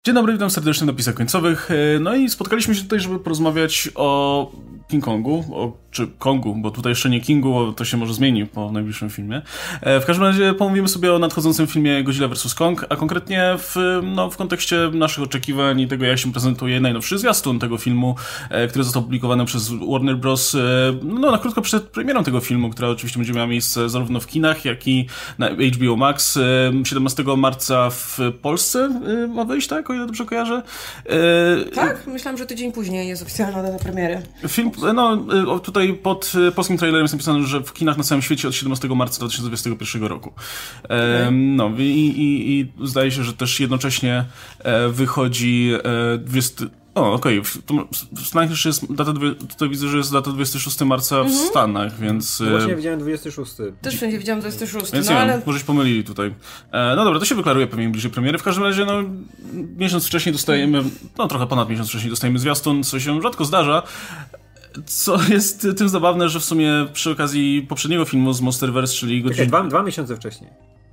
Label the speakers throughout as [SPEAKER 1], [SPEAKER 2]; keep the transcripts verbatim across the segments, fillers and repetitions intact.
[SPEAKER 1] Dzień dobry, witam serdecznie na napisach końcowych. No i spotkaliśmy się tutaj, żeby porozmawiać o King Kongu, o, czy Kongu, bo tutaj jeszcze nie Kingu, to się może zmieni po najbliższym filmie. W każdym razie pomówimy sobie o nadchodzącym filmie Godzilla versus. Kong, a konkretnie w, no, w kontekście naszych oczekiwań i tego, jak się prezentuje najnowszy zwiastun tego filmu, który został opublikowany przez Warner Bros. No, na krótko przed premierą tego filmu, która oczywiście będzie miała miejsce zarówno w kinach, jak i na H B O Max. siedemnastego marca w Polsce ma wyjść, tak? O ile dobrze kojarzę.
[SPEAKER 2] Tak? Myślałam, że tydzień później jest oficjalna data premiery.
[SPEAKER 1] Film, no tutaj pod polskim trailerem jest napisane, że w kinach na całym świecie od siedemnastego marca dwa tysiące dwudziestego pierwszego roku. Okay. No i, i, i zdaje się, że też jednocześnie wychodzi dwudziesty O, okej. Okay. W Stanach jeszcze jest data, tutaj widzę, że jest data dwudziestego szóstego marca w mm-hmm. Stanach, więc...
[SPEAKER 3] No właśnie widziałem dwudziestego szóstego.
[SPEAKER 2] Też wszędzie widziałem dwudziestego szóstego,
[SPEAKER 1] więc
[SPEAKER 2] no
[SPEAKER 1] nie
[SPEAKER 2] ale...
[SPEAKER 1] wiem, może się pomylili tutaj. E, no dobra, to się wyklaruje pewnie bliżej premiery. W każdym razie, no, miesiąc wcześniej dostajemy, no trochę ponad miesiąc wcześniej dostajemy zwiastun, co się rzadko zdarza. Co jest tym zabawne, że w sumie przy okazji poprzedniego filmu z Monsterverse, czyli Godzilla...
[SPEAKER 3] Okay, dwa, dwa miesiące wcześniej.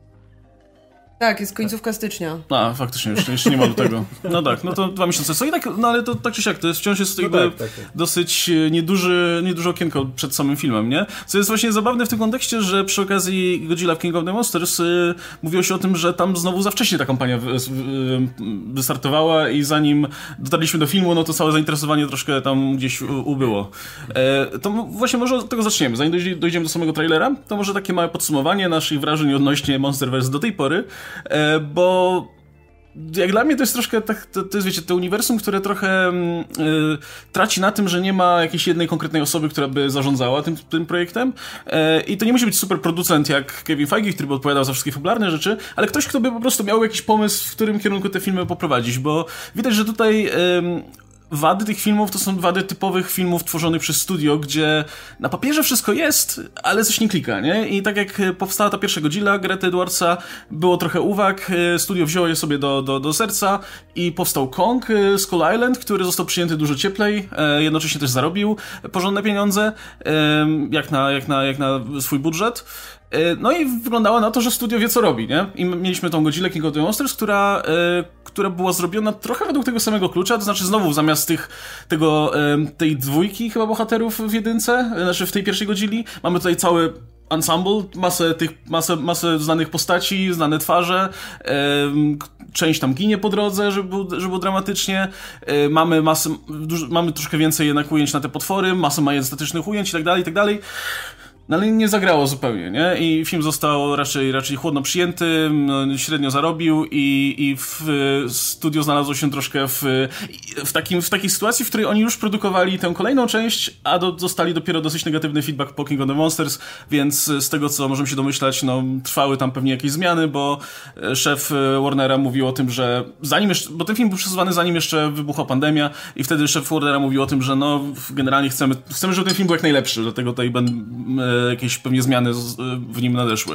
[SPEAKER 2] Tak, jest końcówka stycznia.
[SPEAKER 1] A, faktycznie, jeszcze, jeszcze nie ma do tego. No tak, no to dwa miesiące. Co i tak, no ale to tak czy siak, to jest wciąż jest no jakby tak, tak, tak. dosyć nieduży, nieduże okienko przed samym filmem, nie? Co jest właśnie zabawne w tym kontekście, że przy okazji Godzilla w King of the Monsters y, mówiło się o tym, że tam znowu za wcześnie ta kampania wy, y, wystartowała i zanim dotarliśmy do filmu, no to całe zainteresowanie troszkę tam gdzieś u, ubyło. E, to właśnie może od tego zaczniemy. Zanim dojdziemy do samego trailera, to może takie małe podsumowanie naszych wrażeń odnośnie Monsterverse do tej pory. Bo jak dla mnie to jest troszkę tak, to, to jest, wiecie, to uniwersum, które trochę yy, traci na tym, że nie ma jakiejś jednej konkretnej osoby, która by zarządzała tym, tym projektem yy, i to nie musi być super producent jak Kevin Feige, który by odpowiadał za wszystkie fabularne rzeczy, ale ktoś, kto by po prostu miał jakiś pomysł, w którym kierunku te filmy poprowadzić, bo widać, że tutaj yy, wady tych filmów to są wady typowych filmów tworzonych przez studio, gdzie na papierze wszystko jest, ale coś nie klika, nie? I tak jak powstała ta pierwsza Godzilla Garretha Edwardsa, było trochę uwag, studio wzięło je sobie do, do, do serca i powstał Kong Skull Island, który został przyjęty dużo cieplej, jednocześnie też zarobił porządne pieniądze, jak na, jak na, jak na swój budżet. No i wyglądało na to, że studio wie, co robi, nie? I mieliśmy tą Godzillę King of the Monsters, która, y, która była zrobiona trochę według tego samego klucza, to znaczy znowu zamiast tych, tego, y, tej dwójki chyba bohaterów w jedynce, znaczy w tej pierwszej Godzilli, mamy tutaj cały ensemble, masę tych, masę, masę znanych postaci, znane twarze, y, część tam ginie po drodze, żeby było, żeby było dramatycznie, y, mamy masę, duż, mamy troszkę więcej jednak ujęć na te potwory, masę majestatycznych ujęć i tak dalej, i tak dalej. No ale nie zagrało zupełnie, nie? I film został raczej, raczej chłodno przyjęty, no, średnio zarobił i, i w studio znalazło się troszkę w, w, takim, w takiej sytuacji, w której oni już produkowali tę kolejną część, a do, dostali dopiero dosyć negatywny feedback po King of the Monsters, więc z tego, co możemy się domyślać, no, trwały tam pewnie jakieś zmiany, bo szef Warnera mówił o tym, że zanim jeszcze, bo ten film był przesłuchany zanim jeszcze wybuchła pandemia i wtedy szef Warnera mówił o tym, że no, generalnie chcemy, chcemy, żeby ten film był jak najlepszy, dlatego tutaj będę jakieś pewnie zmiany w nim nadeszły.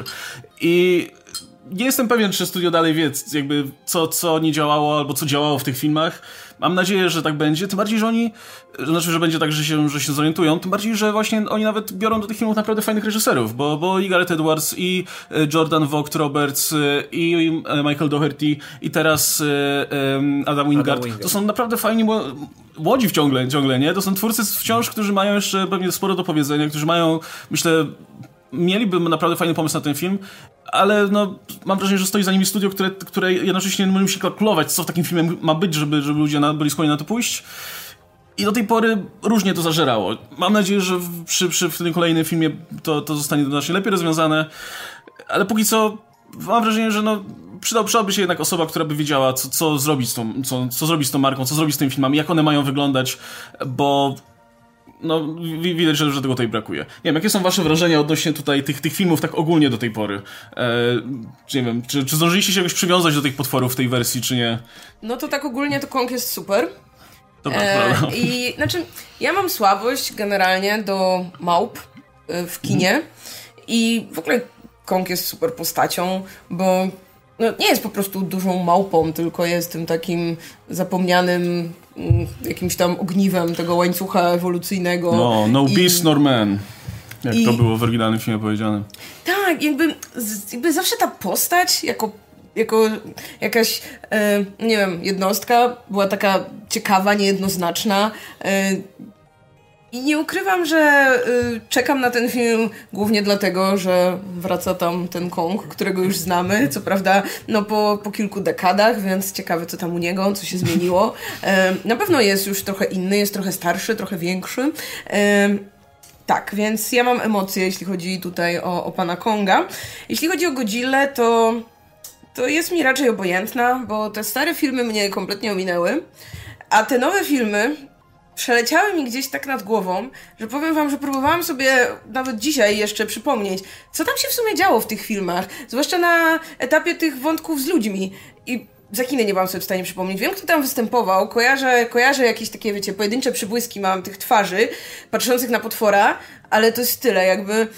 [SPEAKER 1] I nie jestem pewien, czy studio dalej wie, jakby co, co nie działało, albo co działało w tych filmach. Mam nadzieję, że tak będzie. Tym bardziej, że oni, znaczy, że będzie tak, że się, że się zorientują. Tym bardziej, że właśnie oni nawet biorą do tych filmów naprawdę fajnych reżyserów, bo, bo i Gareth Edwards, i Jordan Vogt-Roberts, i Michael Dougherty, i teraz Adam Wingard. Adam Wingard. To są naprawdę fajni młodzi ciągle, ciągle, nie? To są twórcy wciąż, którzy mają jeszcze pewnie sporo do powiedzenia, którzy mają, myślę, mieliby naprawdę fajny pomysł na ten film, ale no, mam wrażenie, że stoi za nimi studio, które, które jednocześnie nie musi kalkulować, co w takim filmie ma być, żeby, żeby ludzie na, byli skłonni na to pójść. I do tej pory różnie to zażerało. Mam nadzieję, że w, przy, przy w tym kolejnym filmie to, to zostanie znacznie lepiej rozwiązane, ale póki co mam wrażenie, że no, przydał, przydałaby się jednak osoba, która by wiedziała, co, co, zrobić z tą, co, co zrobić z tą marką, co zrobić z tymi filmami, jak one mają wyglądać, bo no, widać, że, że tego tutaj brakuje. Nie wiem, jakie są wasze wrażenia odnośnie tutaj tych, tych filmów tak ogólnie do tej pory? E, nie wiem, czy, czy zdążyliście się jakoś przywiązać do tych potworów w tej wersji, czy nie?
[SPEAKER 2] No to tak ogólnie to Kong jest super.
[SPEAKER 1] To prawda.
[SPEAKER 2] E, I znaczy, ja mam słabość generalnie do małp w kinie mm. i w ogóle Kong jest super postacią, bo no, nie jest po prostu dużą małpą, tylko jest tym takim zapomnianym jakimś tam ogniwem tego łańcucha ewolucyjnego.
[SPEAKER 1] No, no
[SPEAKER 2] I...
[SPEAKER 1] beast nor man. Jak I... to było w oryginalnym filmie powiedziane.
[SPEAKER 2] Tak, jakby, jakby zawsze ta postać jako jako jakaś, e, nie wiem, jednostka była taka ciekawa, niejednoznaczna. E, I nie ukrywam, że y, czekam na ten film głównie dlatego, że wraca tam ten Kong, którego już znamy, co prawda no po, po kilku dekadach, więc ciekawe co tam u niego, co się zmieniło. E, na pewno jest już trochę inny, jest trochę starszy, trochę większy. E, tak, więc ja mam emocje, jeśli chodzi tutaj o, o pana Konga. Jeśli chodzi o Godzillę, to, to jest mi raczej obojętna, bo te stare filmy mnie kompletnie ominęły, a te nowe filmy przeleciały mi gdzieś tak nad głową, że powiem wam, że próbowałam sobie nawet dzisiaj jeszcze przypomnieć, co tam się w sumie działo w tych filmach, zwłaszcza na etapie tych wątków z ludźmi. I za chwilę nie byłam sobie w stanie przypomnieć. Wiem, kto tam występował, kojarzę, kojarzę jakieś takie, wiecie, pojedyncze przybłyski mam tych twarzy, patrzących na potwora, ale to jest tyle, jakby...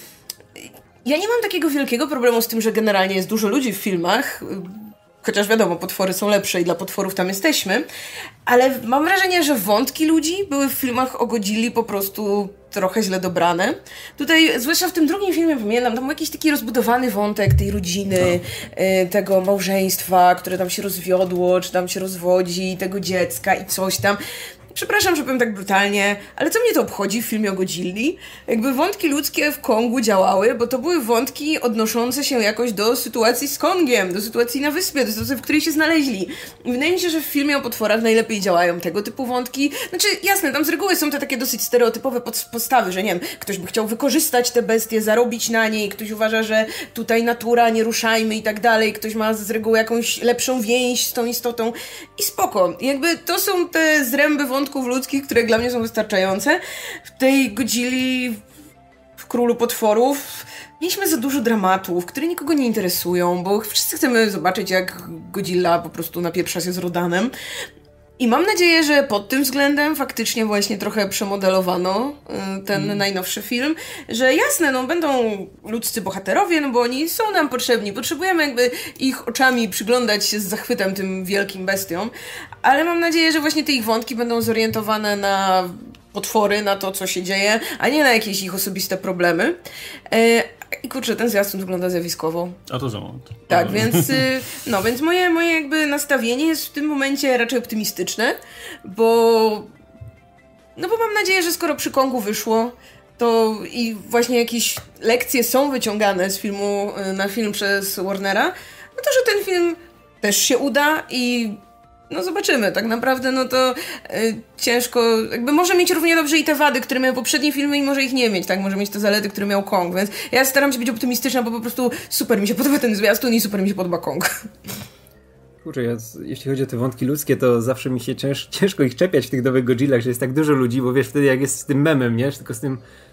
[SPEAKER 2] Ja nie mam takiego wielkiego problemu z tym, że generalnie jest dużo ludzi w filmach, chociaż wiadomo, potwory są lepsze i dla potworów tam jesteśmy, ale mam wrażenie, że wątki ludzi były w filmach o Godzilli po prostu trochę źle dobrane. Tutaj, zwłaszcza w tym drugim filmie, pamiętam, tam był jakiś taki rozbudowany wątek tej rodziny, no. tego małżeństwa, które tam się rozwiodło, czy tam się rozwodzi, tego dziecka i coś tam. Przepraszam, że powiem tak brutalnie, ale co mnie to obchodzi w filmie o Godzilli? Jakby wątki ludzkie w Kongu działały, bo to były wątki odnoszące się jakoś do sytuacji z Kongiem, do sytuacji na wyspie, do sytuacji, w której się znaleźli. I wydaje mi się, że w filmie o potworach najlepiej działają tego typu wątki. Znaczy, jasne, tam z reguły są te takie dosyć stereotypowe postawy, że nie wiem, ktoś by chciał wykorzystać tę bestię, zarobić na niej, ktoś uważa, że tutaj natura, nie ruszajmy i tak dalej, ktoś ma z reguły jakąś lepszą więź z tą istotą i spoko. I jakby to są te zręby wątków ludzkich, które dla mnie są wystarczające. W tej Godzilli, w Królu Potworów mieliśmy za dużo dramatów, które nikogo nie interesują, bo wszyscy chcemy zobaczyć, jak Godzilla po prostu napieprza się z Rodanem. I mam nadzieję, że pod tym względem faktycznie właśnie trochę przemodelowano ten mm. najnowszy film, że jasne, no będą ludzcy bohaterowie, no bo oni są nam potrzebni, potrzebujemy jakby ich oczami przyglądać się z zachwytem tym wielkim bestiom, ale mam nadzieję, że właśnie te ich wątki będą zorientowane na potwory, na to, co się dzieje, a nie na jakieś ich osobiste problemy. E- I kurczę, ten zwiastun wygląda zjawiskowo.
[SPEAKER 1] A to za moment.
[SPEAKER 2] Tak, no. więc no, więc moje, moje jakby nastawienie jest w tym momencie raczej optymistyczne, bo no bo mam nadzieję, że skoro przy Kongu wyszło, to i właśnie jakieś lekcje są wyciągane z filmu na film przez Warnera, no to, że ten film też się uda i no zobaczymy, tak naprawdę no to y, ciężko, jakby może mieć równie dobrze i te wady, które miały poprzednie filmy i może ich nie mieć, tak, może mieć te zalety, które miał Kong, więc ja staram się być optymistyczna, bo po prostu super mi się podoba ten zwiastun i super mi się podoba Kong.
[SPEAKER 3] Kurczę, ja, jeśli chodzi o te wątki ludzkie, to zawsze mi się cięż, ciężko ich czepiać w tych nowych Godzillach, że jest tak dużo ludzi, bo wiesz, wtedy jak jest z tym memem, nie, tylko z tym,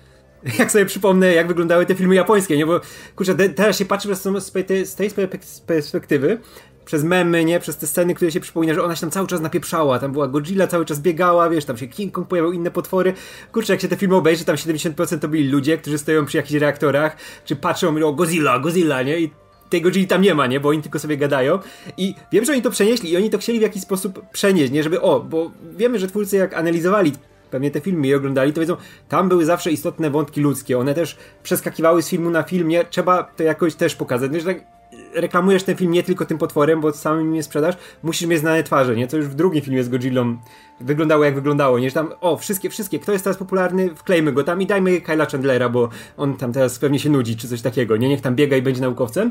[SPEAKER 3] jak sobie przypomnę, jak wyglądały te filmy japońskie, nie, bo kurczę, te, teraz się patrzy z tej, z tej perspektywy, przez memy, nie? Przez te sceny, które się przypomina, że ona się tam cały czas napieprzała, tam była Godzilla, cały czas biegała, wiesz, tam się King Kong pojawiał, inne potwory. Kurczę, jak się te filmy obejrzy, tam siedemdziesiąt procent to byli ludzie, którzy stoją przy jakichś reaktorach, czy patrzą, mówią, o Godzilla, Godzilla, nie? I tej Godzilli tam nie ma, nie? Bo oni tylko sobie gadają. I wiem, że oni to przenieśli i oni to chcieli w jakiś sposób przenieść, nie? Żeby, o, bo wiemy, że twórcy jak analizowali pewnie te filmy i oglądali, to wiedzą, tam były zawsze istotne wątki ludzkie, one też przeskakiwały z filmu na film, nie? Trzeba to jakoś też pokazać, nie? Że tak reklamujesz ten film nie tylko tym potworem, bo samym nie sprzedasz, musisz mieć znane twarze, nie? Co już w drugim filmie z Godzillą wyglądało jak wyglądało, nie? Że tam, o, wszystkie, wszystkie, kto jest teraz popularny, wklejmy go tam i dajmy Kyla Chandlera, bo on tam teraz pewnie się nudzi, czy coś takiego, nie? Niech tam biega i będzie naukowcem.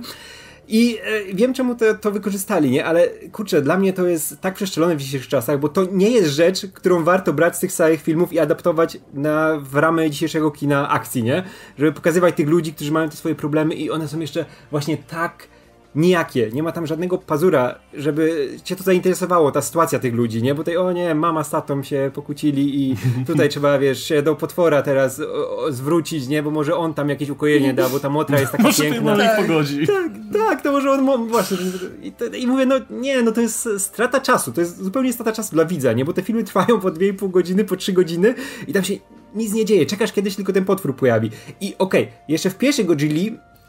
[SPEAKER 3] I e, wiem, czemu to, to wykorzystali, nie? Ale kurczę, dla mnie to jest tak przeszczelone w dzisiejszych czasach, bo to nie jest rzecz, którą warto brać z tych samych filmów i adaptować na, w ramy dzisiejszego kina akcji, nie? Żeby pokazywać tych ludzi, którzy mają te swoje problemy i one są jeszcze właśnie tak nijakie, nie ma tam żadnego pazura, żeby cię to zainteresowało, ta sytuacja tych ludzi, nie? Bo tutaj, o nie, mama z tatą się pokłócili i tutaj trzeba, wiesz, się do potwora teraz o, o, zwrócić, nie? Bo może on tam jakieś ukojenie da, bo ta motra jest taka
[SPEAKER 1] może
[SPEAKER 3] piękna.
[SPEAKER 1] Może ich pogodzi.
[SPEAKER 3] Tak, tak, to może on, właśnie. I, to, I mówię, no nie, no to jest strata czasu, to jest zupełnie strata czasu dla widza, nie? Bo te filmy trwają po dwie i pół godziny, po trzy godziny i tam się nic nie dzieje, czekasz kiedyś tylko ten potwór pojawi. I okej, okay, jeszcze w pierwszej Godzilli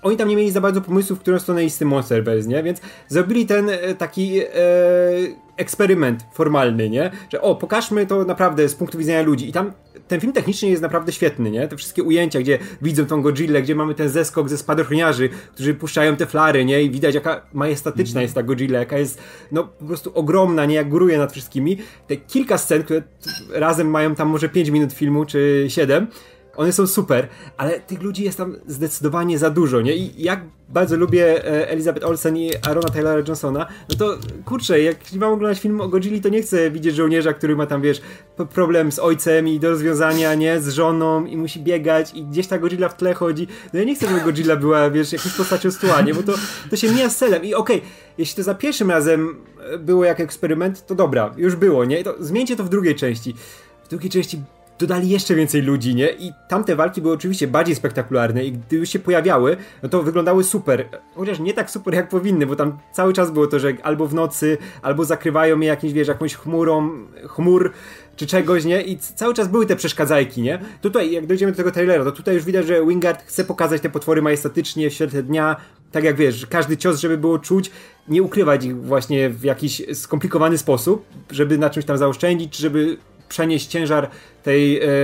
[SPEAKER 3] oni tam nie mieli za bardzo pomysłów, w którą stronę iść z tym Monsterverse, nie? Więc zrobili ten e, taki e, eksperyment formalny, nie? Że o, pokażmy to naprawdę z punktu widzenia ludzi. I tam ten film technicznie jest naprawdę świetny, nie? Te wszystkie ujęcia, gdzie widzą tą Godzillę, gdzie mamy ten zeskok ze spadochroniarzy, którzy puszczają te flary, nie? I widać, jaka majestatyczna mm. jest ta Godzilla, jaka jest, no, po prostu ogromna, nie? Jak góruje nad wszystkimi. Te kilka scen, które razem mają tam może pięć minut filmu, czy siedem, one są super, ale tych ludzi jest tam zdecydowanie za dużo, nie? I jak bardzo lubię Elizabeth Olsen i Aarona Taylora Johnsona, no to kurczę, jak mam oglądać film o Godzilli, to nie chcę widzieć żołnierza, który ma tam, wiesz, problem z ojcem i do rozwiązania, nie? Z żoną i musi biegać i gdzieś ta Godzilla w tle chodzi. No ja nie chcę, żeby Godzilla była, wiesz, jakąś postacią z tła, nie? Bo to, to się mija z celem. I okej, okay, jeśli to za pierwszym razem było jak eksperyment, to dobra, już było, nie? To zmieńcie to w drugiej części. W drugiej części dodali jeszcze więcej ludzi, nie? I tamte walki były oczywiście bardziej spektakularne i gdy już się pojawiały, no to wyglądały super. Chociaż nie tak super jak powinny, bo tam cały czas było to, że albo w nocy, albo zakrywają je jakimś, wiesz, jakąś chmurą, chmur czy czegoś, nie? I cały czas były te przeszkadzajki, nie? Tutaj, jak dojdziemy do tego trailera, to tutaj już widać, że Wingard chce pokazać te potwory majestatycznie w świetle dnia, tak jak wiesz, każdy cios, żeby było czuć, nie ukrywać ich właśnie w jakiś skomplikowany sposób, żeby na czymś tam zaoszczędzić, czy żeby przenieść ciężar tej e,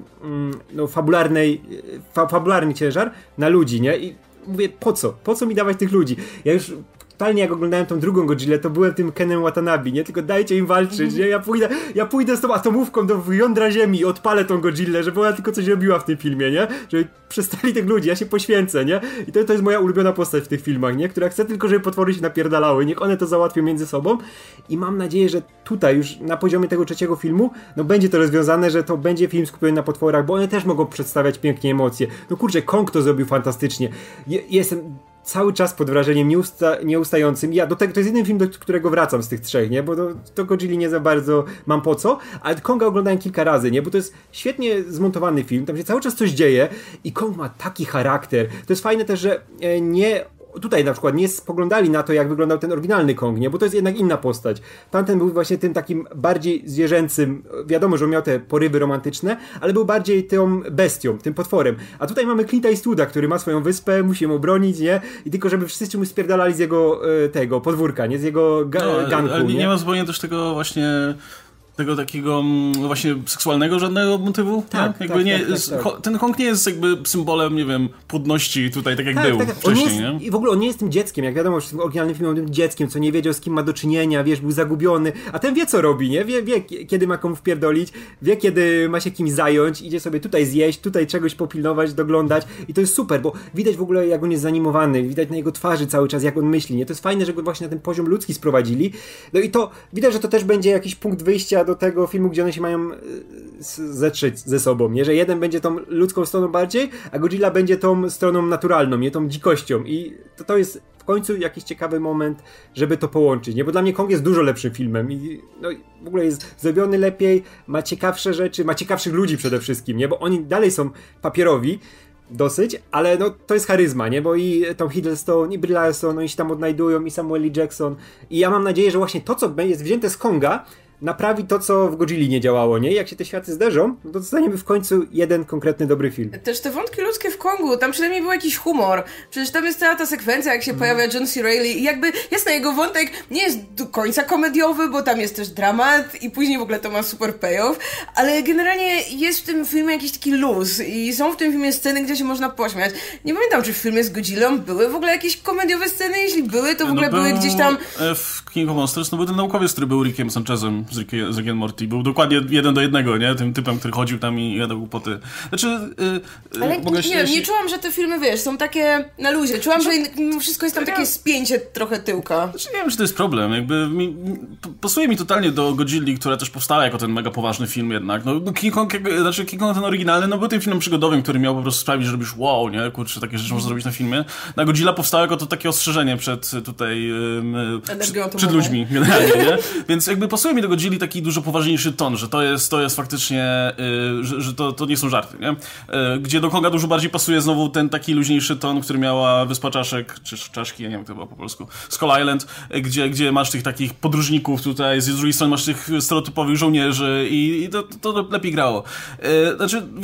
[SPEAKER 3] no, fabularnej, fa, fabularny ciężar na ludzi, nie? I mówię, po co? Po co mi dawać tych ludzi? Ja już totalnie jak oglądałem tą drugą Godzillę, to byłem tym Kenem Watanabe, nie? Tylko dajcie im walczyć, nie? Ja pójdę, ja pójdę z tą atomówką do jądra ziemi i odpalę tą Godzillę, żeby ona tylko coś robiła w tym filmie, nie? Żeby przestali tych ludzi, ja się poświęcę, nie? I to, to jest moja ulubiona postać w tych filmach, nie? Która chce tylko, żeby potwory się napierdalały, niech one to załatwią między sobą i mam nadzieję, że tutaj już na poziomie tego trzeciego filmu, no będzie to rozwiązane, że to będzie film skupiony na potworach, bo one też mogą przedstawiać pięknie emocje. No kurczę, Kong to zrobił fantastycznie. Je, jestem cały czas pod wrażeniem nieusta, nieustającym. Ja do tego, to jest jedyny film, do którego wracam z tych trzech, nie? Bo do, do Godzilli nie za bardzo mam po co, ale Konga oglądałem kilka razy, nie? Bo to jest świetnie zmontowany film, tam się cały czas coś dzieje i Kong ma taki charakter. To jest fajne też, że nie tutaj na przykład nie spoglądali na to, jak wyglądał ten oryginalny Kong, nie? Bo to jest jednak inna postać. Tamten był właśnie tym takim bardziej zwierzęcym, wiadomo, że on miał te porywy romantyczne, ale był bardziej tą bestią, tym potworem. A tutaj mamy Clint'a Eastwooda, który ma swoją wyspę, musi ją obronić, nie? I tylko żeby wszyscy mu spierdalali z jego tego podwórka, nie? Z jego ga- no, ganku,
[SPEAKER 1] ale
[SPEAKER 3] nie?
[SPEAKER 1] nie ma zupełnie też tego właśnie tego takiego właśnie seksualnego żadnego motywu,
[SPEAKER 3] tak?
[SPEAKER 1] tak? Jakby
[SPEAKER 3] tak,
[SPEAKER 1] nie,
[SPEAKER 3] tak, tak, tak.
[SPEAKER 1] Ten Kong nie jest jakby symbolem, nie wiem, płodności tutaj, tak jak tak, był tak, wcześniej,
[SPEAKER 3] jest,
[SPEAKER 1] nie?
[SPEAKER 3] I w ogóle on nie jest tym dzieckiem, jak wiadomo, że w tym oryginalnym filmie on tym dzieckiem, co nie wiedział, z kim ma do czynienia, wiesz, był zagubiony, a ten wie, co robi, nie? Wie, wie kiedy ma komu wpierdolić, wie, kiedy ma się kimś zająć, idzie sobie tutaj zjeść, tutaj czegoś popilnować, doglądać i to jest super, bo widać w ogóle, jak on jest zanimowany, widać na jego twarzy cały czas, jak on myśli, nie? To jest fajne, że go właśnie na ten poziom ludzki sprowadzili, no i to, widać, że to też będzie jakiś punkt wyjścia do tego filmu, gdzie one się mają zetrzeć ze sobą, nie? Że jeden będzie tą ludzką stroną bardziej, a Godzilla będzie tą stroną naturalną, nie? Tą dzikością i to, to jest w końcu jakiś ciekawy moment, żeby to połączyć, nie? Bo dla mnie Kong jest dużo lepszym filmem i no, w ogóle jest zrobiony lepiej, ma ciekawsze rzeczy, ma ciekawszych ludzi przede wszystkim, nie? Bo oni dalej są papierowi dosyć, ale no to jest charyzma, nie? Bo i Tom Hiddleston, i Brie Larson, oni się tam odnajdują, i Samuel L. Jackson i ja mam nadzieję, że właśnie to, co jest wzięte z Konga, naprawi to, co w Godzilli nie działało, nie? I jak się te światy zderzą, no to dostaniemy w końcu jeden konkretny dobry film.
[SPEAKER 2] Też te wątki ludzkie w Kongu, tam przynajmniej był jakiś humor. Przecież tam jest cała ta sekwencja, jak się mm. pojawia John C. Reilly i jakby, jasne, jego wątek nie jest do końca komediowy, bo tam jest też dramat i później w ogóle to ma super payoff, ale generalnie jest w tym filmie jakiś taki luz i są w tym filmie sceny, gdzie się można pośmiać. Nie pamiętam, czy w filmie z Godzillą były w ogóle jakieś komediowe sceny, jeśli były, to w ogóle no były gdzieś tam...
[SPEAKER 1] W King of Monsters, no był ten naukowiec, który był Rickiem Sanchezem z Rick, z Rick and Morty. Był dokładnie jeden do jednego, nie? Tym typem, który chodził tam i gadał głupoty. Znaczy... Yy,
[SPEAKER 2] Ale
[SPEAKER 1] mogę
[SPEAKER 2] nie,
[SPEAKER 1] się,
[SPEAKER 2] nie,
[SPEAKER 1] się...
[SPEAKER 2] nie czułam, że te filmy, wiesz, są takie na luzie. Czułam, że mimo wszystko jest tam takie spięcie trochę tyłka.
[SPEAKER 1] Znaczy, nie wiem, czy to jest problem. Jakby mi, pasuje mi totalnie do Godzilli, która też powstała jako ten mega poważny film jednak. No King Kong, jakby, znaczy King Kong ten oryginalny, no był tym filmem przygodowym, który miał po prostu sprawić, że robisz wow, nie? Kurczę, takie rzeczy można zrobić na filmie. Na Godzilla powstała jako to takie ostrzeżenie przed tutaj... Yy, przed, przed ludźmi generalnie, nie? Więc jakby pasuje mi do Godzilli taki dużo poważniejszy ton, że to jest, to jest faktycznie, yy, że, że to, to nie są żarty, nie? Yy, gdzie do Konga dużo bardziej pasuje znowu ten taki luźniejszy ton, który miała Wyspa Czaszek, czy Czaszki, ja nie wiem jak to było po polsku, Skull Island, gdzie, gdzie masz tych takich podróżników tutaj, z drugiej strony masz tych stereotypowych żołnierzy i, i to, to lepiej grało. Yy, znaczy, więc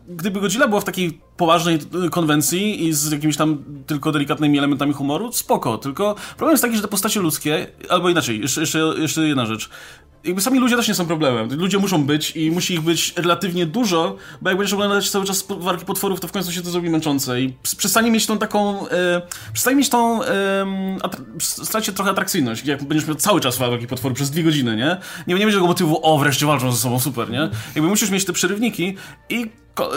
[SPEAKER 1] gdyby Godzilla była w takiej poważnej konwencji i z jakimiś tam tylko delikatnymi elementami humoru, spoko, tylko problem jest taki, że te postacie ludzkie, albo inaczej, jeszcze, jeszcze, jeszcze jedna rzecz, jakby sami ludzie też nie są problemem. Ludzie muszą być i musi ich być relatywnie dużo, bo jak będziesz oglądać cały czas walki potworów, to w końcu się to zrobi męczące i przestanie mieć tą taką e, przestanie mieć tą e, straci trochę atrakcyjność, jak będziesz miał cały czas walki potworów przez dwie godziny, nie? Nie, nie będzie tego motywu, o wreszcie walczą ze sobą, super, nie? Jakby musisz mieć te przerywniki i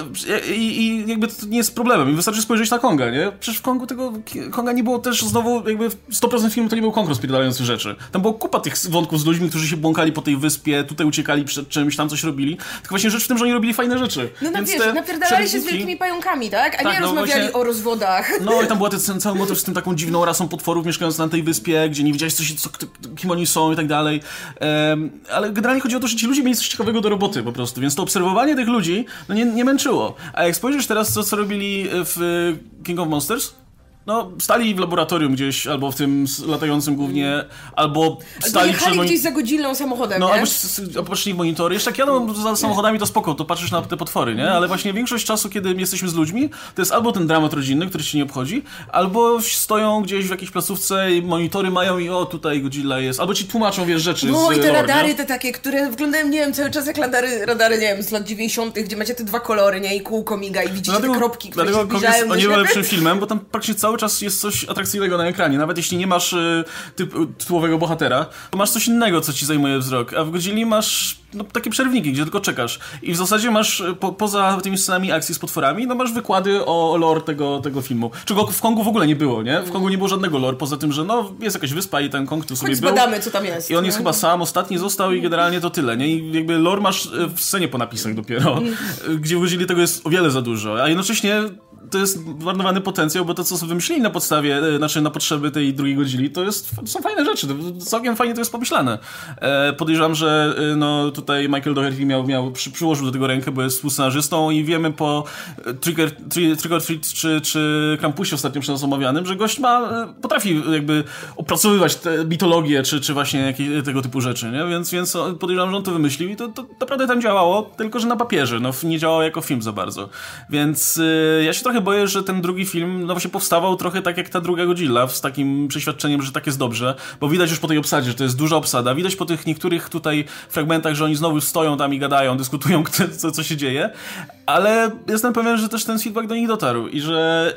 [SPEAKER 1] I, I jakby to nie jest problemem. I wystarczy spojrzeć na Konga, nie? Przecież w Kongu tego Konga nie było też znowu jakby sto procent filmu to nie był Kong rozpierdalający rzeczy. Tam było kupa tych wątków z ludźmi, którzy się błąkali po tej wyspie, tutaj uciekali przed czymś, tam coś robili. Tylko właśnie rzecz w tym, że oni robili fajne rzeczy.
[SPEAKER 2] No na, wiesz, napierdalali się z wielkimi pająkami, tak? A tak, nie no rozmawiali właśnie o rozwodach.
[SPEAKER 1] No i tam była ten cały motyw z tym taką dziwną rasą potworów mieszkając na tej wyspie, gdzie nie wiedziałeś co się, co, kim oni są i tak dalej. Um, ale generalnie chodzi o to, że ci ludzie mieli coś ciekawego do roboty po prostu, więc to obserwowanie tych ludzi no nie, nie męczyło. A jak spojrzysz teraz, co, co robili w King of Monsters, no, stali w laboratorium gdzieś, albo w tym latającym głównie, albo stali
[SPEAKER 2] przed... Jechali gdzieś za Godzillą samochodem,
[SPEAKER 1] no,
[SPEAKER 2] nie?
[SPEAKER 1] albo patrzyli w monitory. Jeszcze jak jadą za samochodami, to spoko, to patrzysz na te potwory, nie? Ale właśnie większość czasu, kiedy jesteśmy z ludźmi, to jest albo ten dramat rodzinny, który ci nie obchodzi, albo stoją gdzieś w jakiejś placówce i monitory mają i o, tutaj Godzilla jest. Albo ci tłumaczą, wiesz, rzeczy
[SPEAKER 2] no,
[SPEAKER 1] z
[SPEAKER 2] i te
[SPEAKER 1] lore,
[SPEAKER 2] radary
[SPEAKER 1] nie?
[SPEAKER 2] te takie, które wyglądają, nie wiem, cały czas jak radary, radary nie wiem, z lat dziewięćdziesiątych, gdzie macie te dwa kolory, nie? I kółko miga i widzicie
[SPEAKER 1] dlatego,
[SPEAKER 2] te kropki, które się
[SPEAKER 1] dlatego
[SPEAKER 2] zbliżają.
[SPEAKER 1] Dlatego Kong jest o lepszym filmem, bo tam praktycznie cały czas jest coś atrakcyjnego na ekranie. Nawet jeśli nie masz y, typ, tytułowego bohatera, to masz coś innego, co ci zajmuje wzrok. A w Godzilli masz no, takie przerwniki, gdzie tylko czekasz. I w zasadzie masz, po, poza tymi scenami akcji z potworami, no masz wykłady o lore tego, tego filmu. Czego w Kongu w ogóle nie było, nie? W Kongu nie było żadnego lore, poza tym, że no, jest jakaś wyspa i ten Kong tu sobie
[SPEAKER 2] Choć
[SPEAKER 1] był.
[SPEAKER 2] zbadamy, co tam jest.
[SPEAKER 1] I on
[SPEAKER 2] nie?
[SPEAKER 1] jest chyba sam, ostatni został i generalnie to tyle, nie? I jakby lore masz w scenie po napisach dopiero, gdzie w Godzilli tego jest o wiele za dużo. A jednocześnie to jest zmarnowany potencjał, bo to, co wymyślili na podstawie, znaczy na potrzeby tej drugiej Godzilli, to, jest, to są fajne rzeczy, to całkiem fajnie to jest pomyślane. E, podejrzewam, że no, tutaj Michael Dougherty miał, miał przy, przyłożył do tego rękę, bo jest współscenarzystą i wiemy po Trigger, Trigger Treat czy, czy Krampusie ostatnio przez nas omawianym, że gość ma, potrafi jakby opracowywać te mitologię, czy, czy właśnie jakieś tego typu rzeczy, nie? Więc, więc podejrzewam, że on to wymyślił i to, to naprawdę tam działało, tylko że na papierze, no nie działało jako film za bardzo. Więc y, ja się trochę boję, że ten drugi film no właśnie powstawał trochę tak jak ta druga Godzilla, z takim przeświadczeniem, że tak jest dobrze, bo widać już po tej obsadzie, że to jest duża obsada, widać po tych niektórych tutaj fragmentach, że oni znowu stoją tam i gadają, dyskutują, co, co się dzieje, ale jestem pewien, że też ten feedback do nich dotarł i że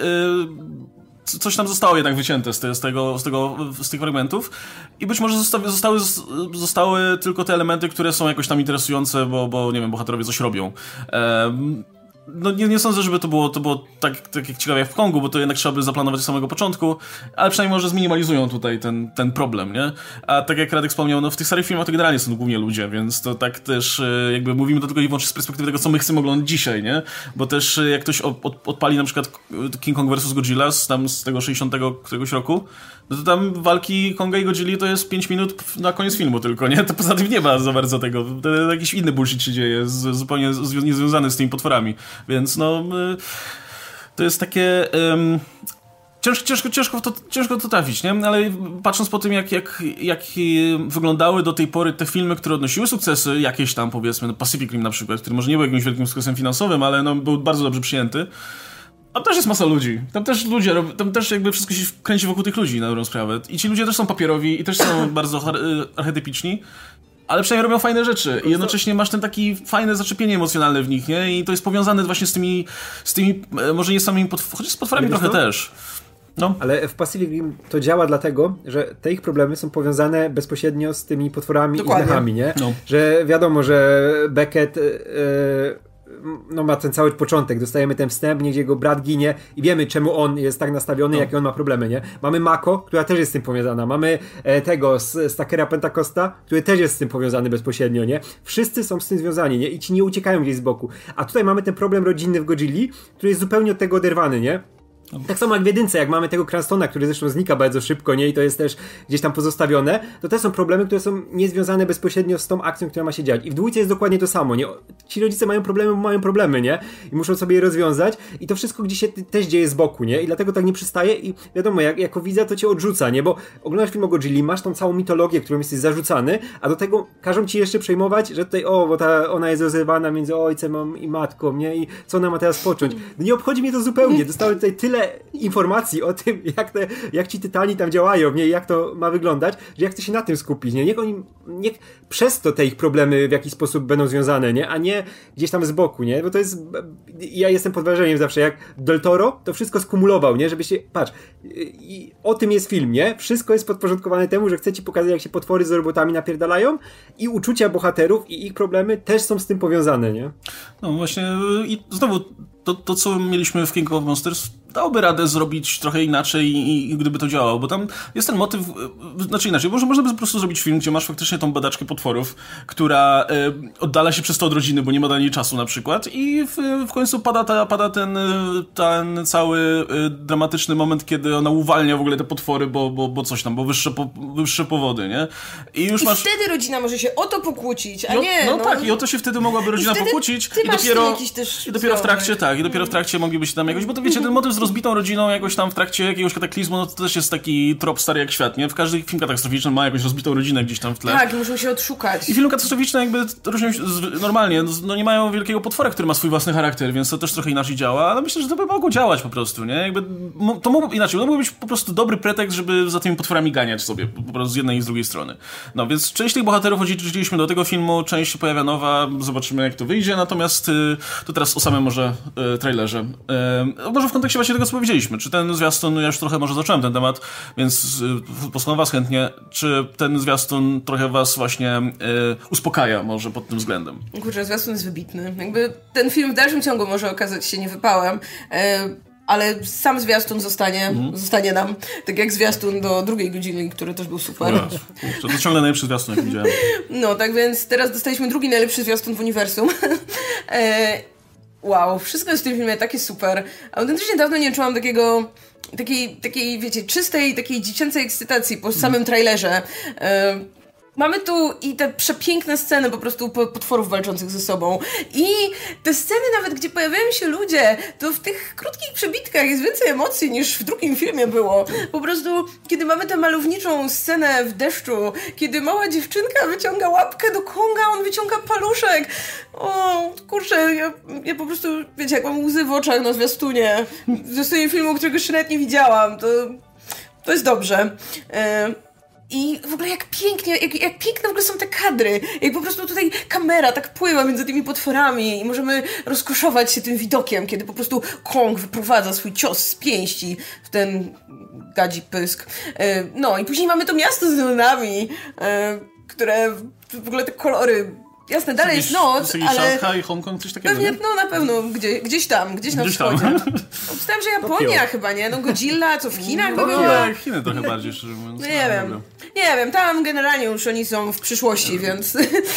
[SPEAKER 1] yy, coś tam zostało jednak wycięte z, te, z, tego, z, tego, z tych fragmentów i być może zostały, zostały, zostały tylko te elementy, które są jakoś tam interesujące, bo, bo nie wiem, bohaterowie coś robią. Yy, No nie, nie sądzę, żeby to było, to było tak, tak jak ciekawe jak w Kongu, bo to jednak trzeba by zaplanować od samego początku, ale przynajmniej może zminimalizują tutaj ten, ten problem, nie? A tak jak Radek wspomniał, no w tych starych filmach to generalnie są głównie ludzie, więc to tak też jakby mówimy to tylko i wyłącznie z perspektywy tego, co my chcemy oglądać dzisiaj, nie? Bo też jak ktoś od, od, odpali na przykład King Kong versus Godzilla z, tam z tego sześćdziesiątego któregoś roku, no to tam walki Konga i Godzilli to jest pięć minut na koniec filmu tylko, nie? To poza tym nie ma za bardzo tego. To jakiś inny bullshit się dzieje, z, zupełnie z, niezwiązany z tymi potworami. Więc no... To jest takie... Um, ciężko, ciężko, ciężko, to, ciężko to trafić, nie? Ale patrząc po tym, jak, jak, jak wyglądały do tej pory te filmy, które odnosiły sukcesy, jakieś tam powiedzmy, no Pacific Rim na przykład, który może nie był jakimś wielkim sukcesem finansowym, ale no, był bardzo dobrze przyjęty. Tam też jest masa ludzi. Tam też ludzie, tam też jakby wszystko się kręci wokół tych ludzi na dobrą sprawę. I ci ludzie też są papierowi i też są bardzo archetypiczni, ale przynajmniej robią fajne rzeczy. I jednocześnie masz ten taki fajne zaczepienie emocjonalne w nich, nie? I to jest powiązane właśnie z tymi, z tymi może nie samymi potworami, chociaż z potworami trochę to? też. No.
[SPEAKER 3] Ale w Pacific Rim to działa dlatego, że te ich problemy są powiązane bezpośrednio z tymi potworami Dokładnie. i znachami, nie? No. Że wiadomo, że Beckett... Yy, no ma ten cały początek, dostajemy ten wstęp, gdzie jego brat ginie i wiemy, czemu on jest tak nastawiony, no. jakie on ma problemy, nie? Mamy Mako, która też jest z tym powiązana, mamy e, tego, Stakera Pentacosta, który też jest z tym powiązany bezpośrednio, nie? Wszyscy są z tym związani, nie? I ci nie uciekają gdzieś z boku. A tutaj mamy ten problem rodzinny w Godzilli, który jest zupełnie od tego oderwany, nie? Tak samo jak w jedynce, jak mamy tego Cranstona, który zresztą znika bardzo szybko, nie? I to jest też gdzieś tam pozostawione, to te są problemy, które są niezwiązane bezpośrednio z tą akcją, która ma się dziać. I w dwójce jest dokładnie to samo, nie? Ci rodzice mają problemy, bo mają problemy, nie? I muszą sobie je rozwiązać i to wszystko gdzieś się też dzieje z boku, nie? I dlatego tak nie przystaje i wiadomo, jak, jako widza to cię odrzuca, nie? Bo oglądasz film o Godzilli, masz tą całą mitologię, którą jesteś zarzucany, a do tego każą ci jeszcze przejmować, że tutaj, o, bo ta, ona jest rozerwana między ojcem i matką, nie? I co ona ma teraz począć? No nie obchodzi mnie to zupełnie. Dostałem tutaj tyle informacji o tym, jak, te, jak ci tytani tam działają, nie? Jak to ma wyglądać, że ja chcę się na tym skupić, nie? Niech oni, niech przez to te ich problemy w jakiś sposób będą związane, nie? A nie gdzieś tam z boku, nie? Bo to jest, ja jestem pod wrażeniem zawsze, jak Del Toro to wszystko skumulował, nie? Żeby się, patrz, i o tym jest film, nie? Wszystko jest podporządkowane temu, że chce ci pokazać, jak się potwory z robotami napierdalają i uczucia bohaterów i ich problemy też są z tym powiązane, nie?
[SPEAKER 1] No właśnie i znowu to, to co mieliśmy w King of Monsters dałoby radę zrobić trochę inaczej i, i gdyby to działało, bo tam jest ten motyw, znaczy inaczej, może można by po prostu zrobić film, gdzie masz faktycznie tą badaczkę potworów, która y, oddala się przez to od rodziny, bo nie ma dla niej czasu na przykład i w, w końcu pada, ta, pada ten, ten cały y, dramatyczny moment, kiedy ona uwalnia w ogóle te potwory, bo, bo, bo coś tam, bo wyższe, po, wyższe powody, nie?
[SPEAKER 2] I już I masz... wtedy rodzina może się o to pokłócić, a
[SPEAKER 1] no,
[SPEAKER 2] nie...
[SPEAKER 1] No, no tak, i o to się wtedy mogłaby rodzina pokłócić
[SPEAKER 2] ty
[SPEAKER 1] i dopiero,
[SPEAKER 2] też
[SPEAKER 1] i dopiero w trakcie, tak, i dopiero w trakcie mogliby się tam jakoś, bo to wiecie, ten motyw z rozbitą rodziną jakoś tam w trakcie jakiegoś kataklizmu, no to też jest taki trop stary jak świat, nie? W każdym film katastroficznym ma jakąś rozbitą rodzinę gdzieś tam w tle.
[SPEAKER 2] Tak, muszą się odszukać.
[SPEAKER 1] I film katastroficzny jakby różnią się z, normalnie, no nie mają wielkiego potwora, który ma swój własny charakter, więc to też trochę inaczej działa, ale myślę, że to by mogło działać po prostu, nie? Jakby, to mógł, inaczej, to mógł być po prostu dobry pretekst, żeby za tymi potworami ganiać sobie, po prostu z jednej i z drugiej strony. No, więc część tych bohaterów odwiedziliśmy do tego filmu, część się pojawia nowa, zobaczymy jak to wyjdzie, natomiast y, to teraz o samym może y, trailerze. Y, może w kontekście właśnie tego, co powiedzieliśmy, czy ten zwiastun, ja już trochę może zacząłem ten temat, więc y, posłucham was chętnie, czy ten zwiastun trochę was właśnie y, uspokaja może pod tym względem?
[SPEAKER 2] Kurczę, zwiastun jest wybitny. Jakby ten film w dalszym ciągu może okazać się niewypałem, y ale sam zwiastun zostanie, mm. zostanie nam, tak jak zwiastun do drugiej Godzilli, który też był super.
[SPEAKER 1] No, to, to ciągle najlepszy zwiastun, jak widziałem.
[SPEAKER 2] No, tak więc teraz dostaliśmy drugi najlepszy zwiastun w uniwersum. e, wow, wszystko jest w tym filmie takie super. Autentycznie dawno nie czułam takiego, takiej, takiej, wiecie, czystej, takiej dziecięcej ekscytacji po samym trailerze. E, Mamy tu i te przepiękne sceny po prostu potworów walczących ze sobą. I te sceny nawet, gdzie pojawiają się ludzie, to w tych krótkich przebitkach jest więcej emocji niż w drugim filmie było. Po prostu, kiedy mamy tę malowniczą scenę w deszczu, kiedy mała dziewczynka wyciąga łapkę do Konga, on wyciąga paluszek. O, kurczę, ja, ja po prostu, wiecie, jak mam łzy w oczach na zwiastunie, w zwiastunie filmu, którego jeszcze nawet nie widziałam, to, to jest dobrze. E- I w ogóle jak pięknie, jak, jak piękne w ogóle są te kadry, jak po prostu tutaj kamera tak pływa między tymi potworami i możemy rozkoszować się tym widokiem, kiedy po prostu Kong wyprowadza swój cios z pięści w ten gadzi pysk. No i później mamy to miasto z neonami, które w ogóle te kolory... Jasne, dalej jest noc,
[SPEAKER 1] jest
[SPEAKER 2] ale...
[SPEAKER 1] Szanghaj, Hongkong, coś takiego,
[SPEAKER 2] pewnie,
[SPEAKER 1] nie?
[SPEAKER 2] no na pewno, gdzie, gdzieś tam, gdzieś na
[SPEAKER 1] gdzieś
[SPEAKER 2] wschodzie. Obstałem, że Japonia
[SPEAKER 3] Tokio.
[SPEAKER 2] chyba, nie? No Godzilla, co w Chinach
[SPEAKER 1] No,
[SPEAKER 2] była?
[SPEAKER 1] no, Chiny trochę bardziej, szczerze mówiąc.
[SPEAKER 2] No, nie no, wiem, dobra. nie wiem, tam generalnie już oni są w przyszłości, więc...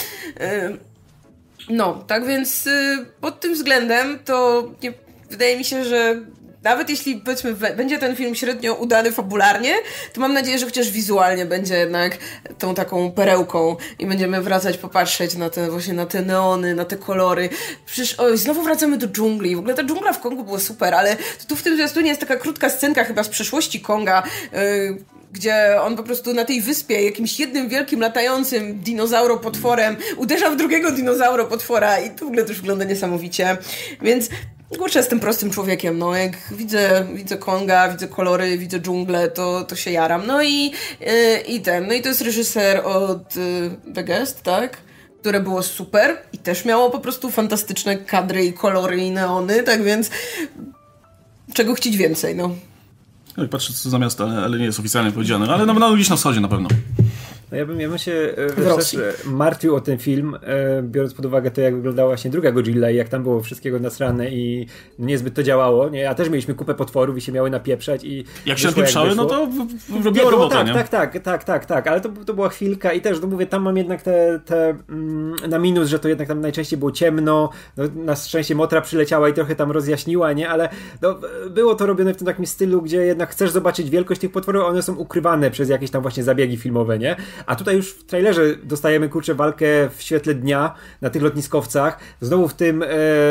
[SPEAKER 2] no, tak więc pod tym względem to nie, wydaje mi się, że nawet jeśli, powiedzmy, będzie ten film średnio udany fabularnie, to mam nadzieję, że chociaż wizualnie będzie jednak tą taką perełką i będziemy wracać, popatrzeć na te właśnie na te neony, na te kolory. Przecież oj, znowu wracamy do dżungli. W ogóle ta dżungla w Kongu była super, ale tu w tym zwiastunie jest taka krótka scenka chyba z przeszłości Konga, yy, gdzie on po prostu na tej wyspie jakimś jednym wielkim latającym dinozauropotworem uderza w drugiego dinozauropotwora i to w ogóle też wygląda niesamowicie. Więc kurczę, jestem prostym człowiekiem, no jak widzę, widzę Konga, widzę kolory, widzę dżunglę, to, to się jaram. No i, yy, i ten, no i to jest reżyser od yy, The Guest, tak? Które było super i też miało po prostu fantastyczne kadry i kolory i neony, tak więc czego chcieć więcej, no.
[SPEAKER 1] No i patrzę co za miasto, ale, ale nie jest oficjalnie powiedziane, ale no, no gdzieś na wschodzie na pewno.
[SPEAKER 3] No ja bym, ja bym się też martwił o ten film, biorąc pod uwagę to, jak wyglądała właśnie druga Godzilla i jak tam było wszystkiego nasrane i niezbyt to działało. Nie? A też mieliśmy kupę potworów i się miały napieprzać i
[SPEAKER 1] jak się napieprzały, no to robiło robotę,
[SPEAKER 3] tak,
[SPEAKER 1] nie?
[SPEAKER 3] Tak, tak, tak, tak, tak, ale to, to była chwilka i też, no mówię, tam mam jednak te, te na minus, że to jednak tam najczęściej było ciemno, no, na szczęście Motra przyleciała i trochę tam rozjaśniła, nie? Ale no, było to robione w tym takim stylu, gdzie jednak chcesz zobaczyć wielkość tych potworów, a one są ukrywane przez jakieś tam właśnie zabiegi filmowe, nie? A tutaj już w trailerze dostajemy, kurczę, walkę w świetle dnia na tych lotniskowcach. Znowu w tym, e,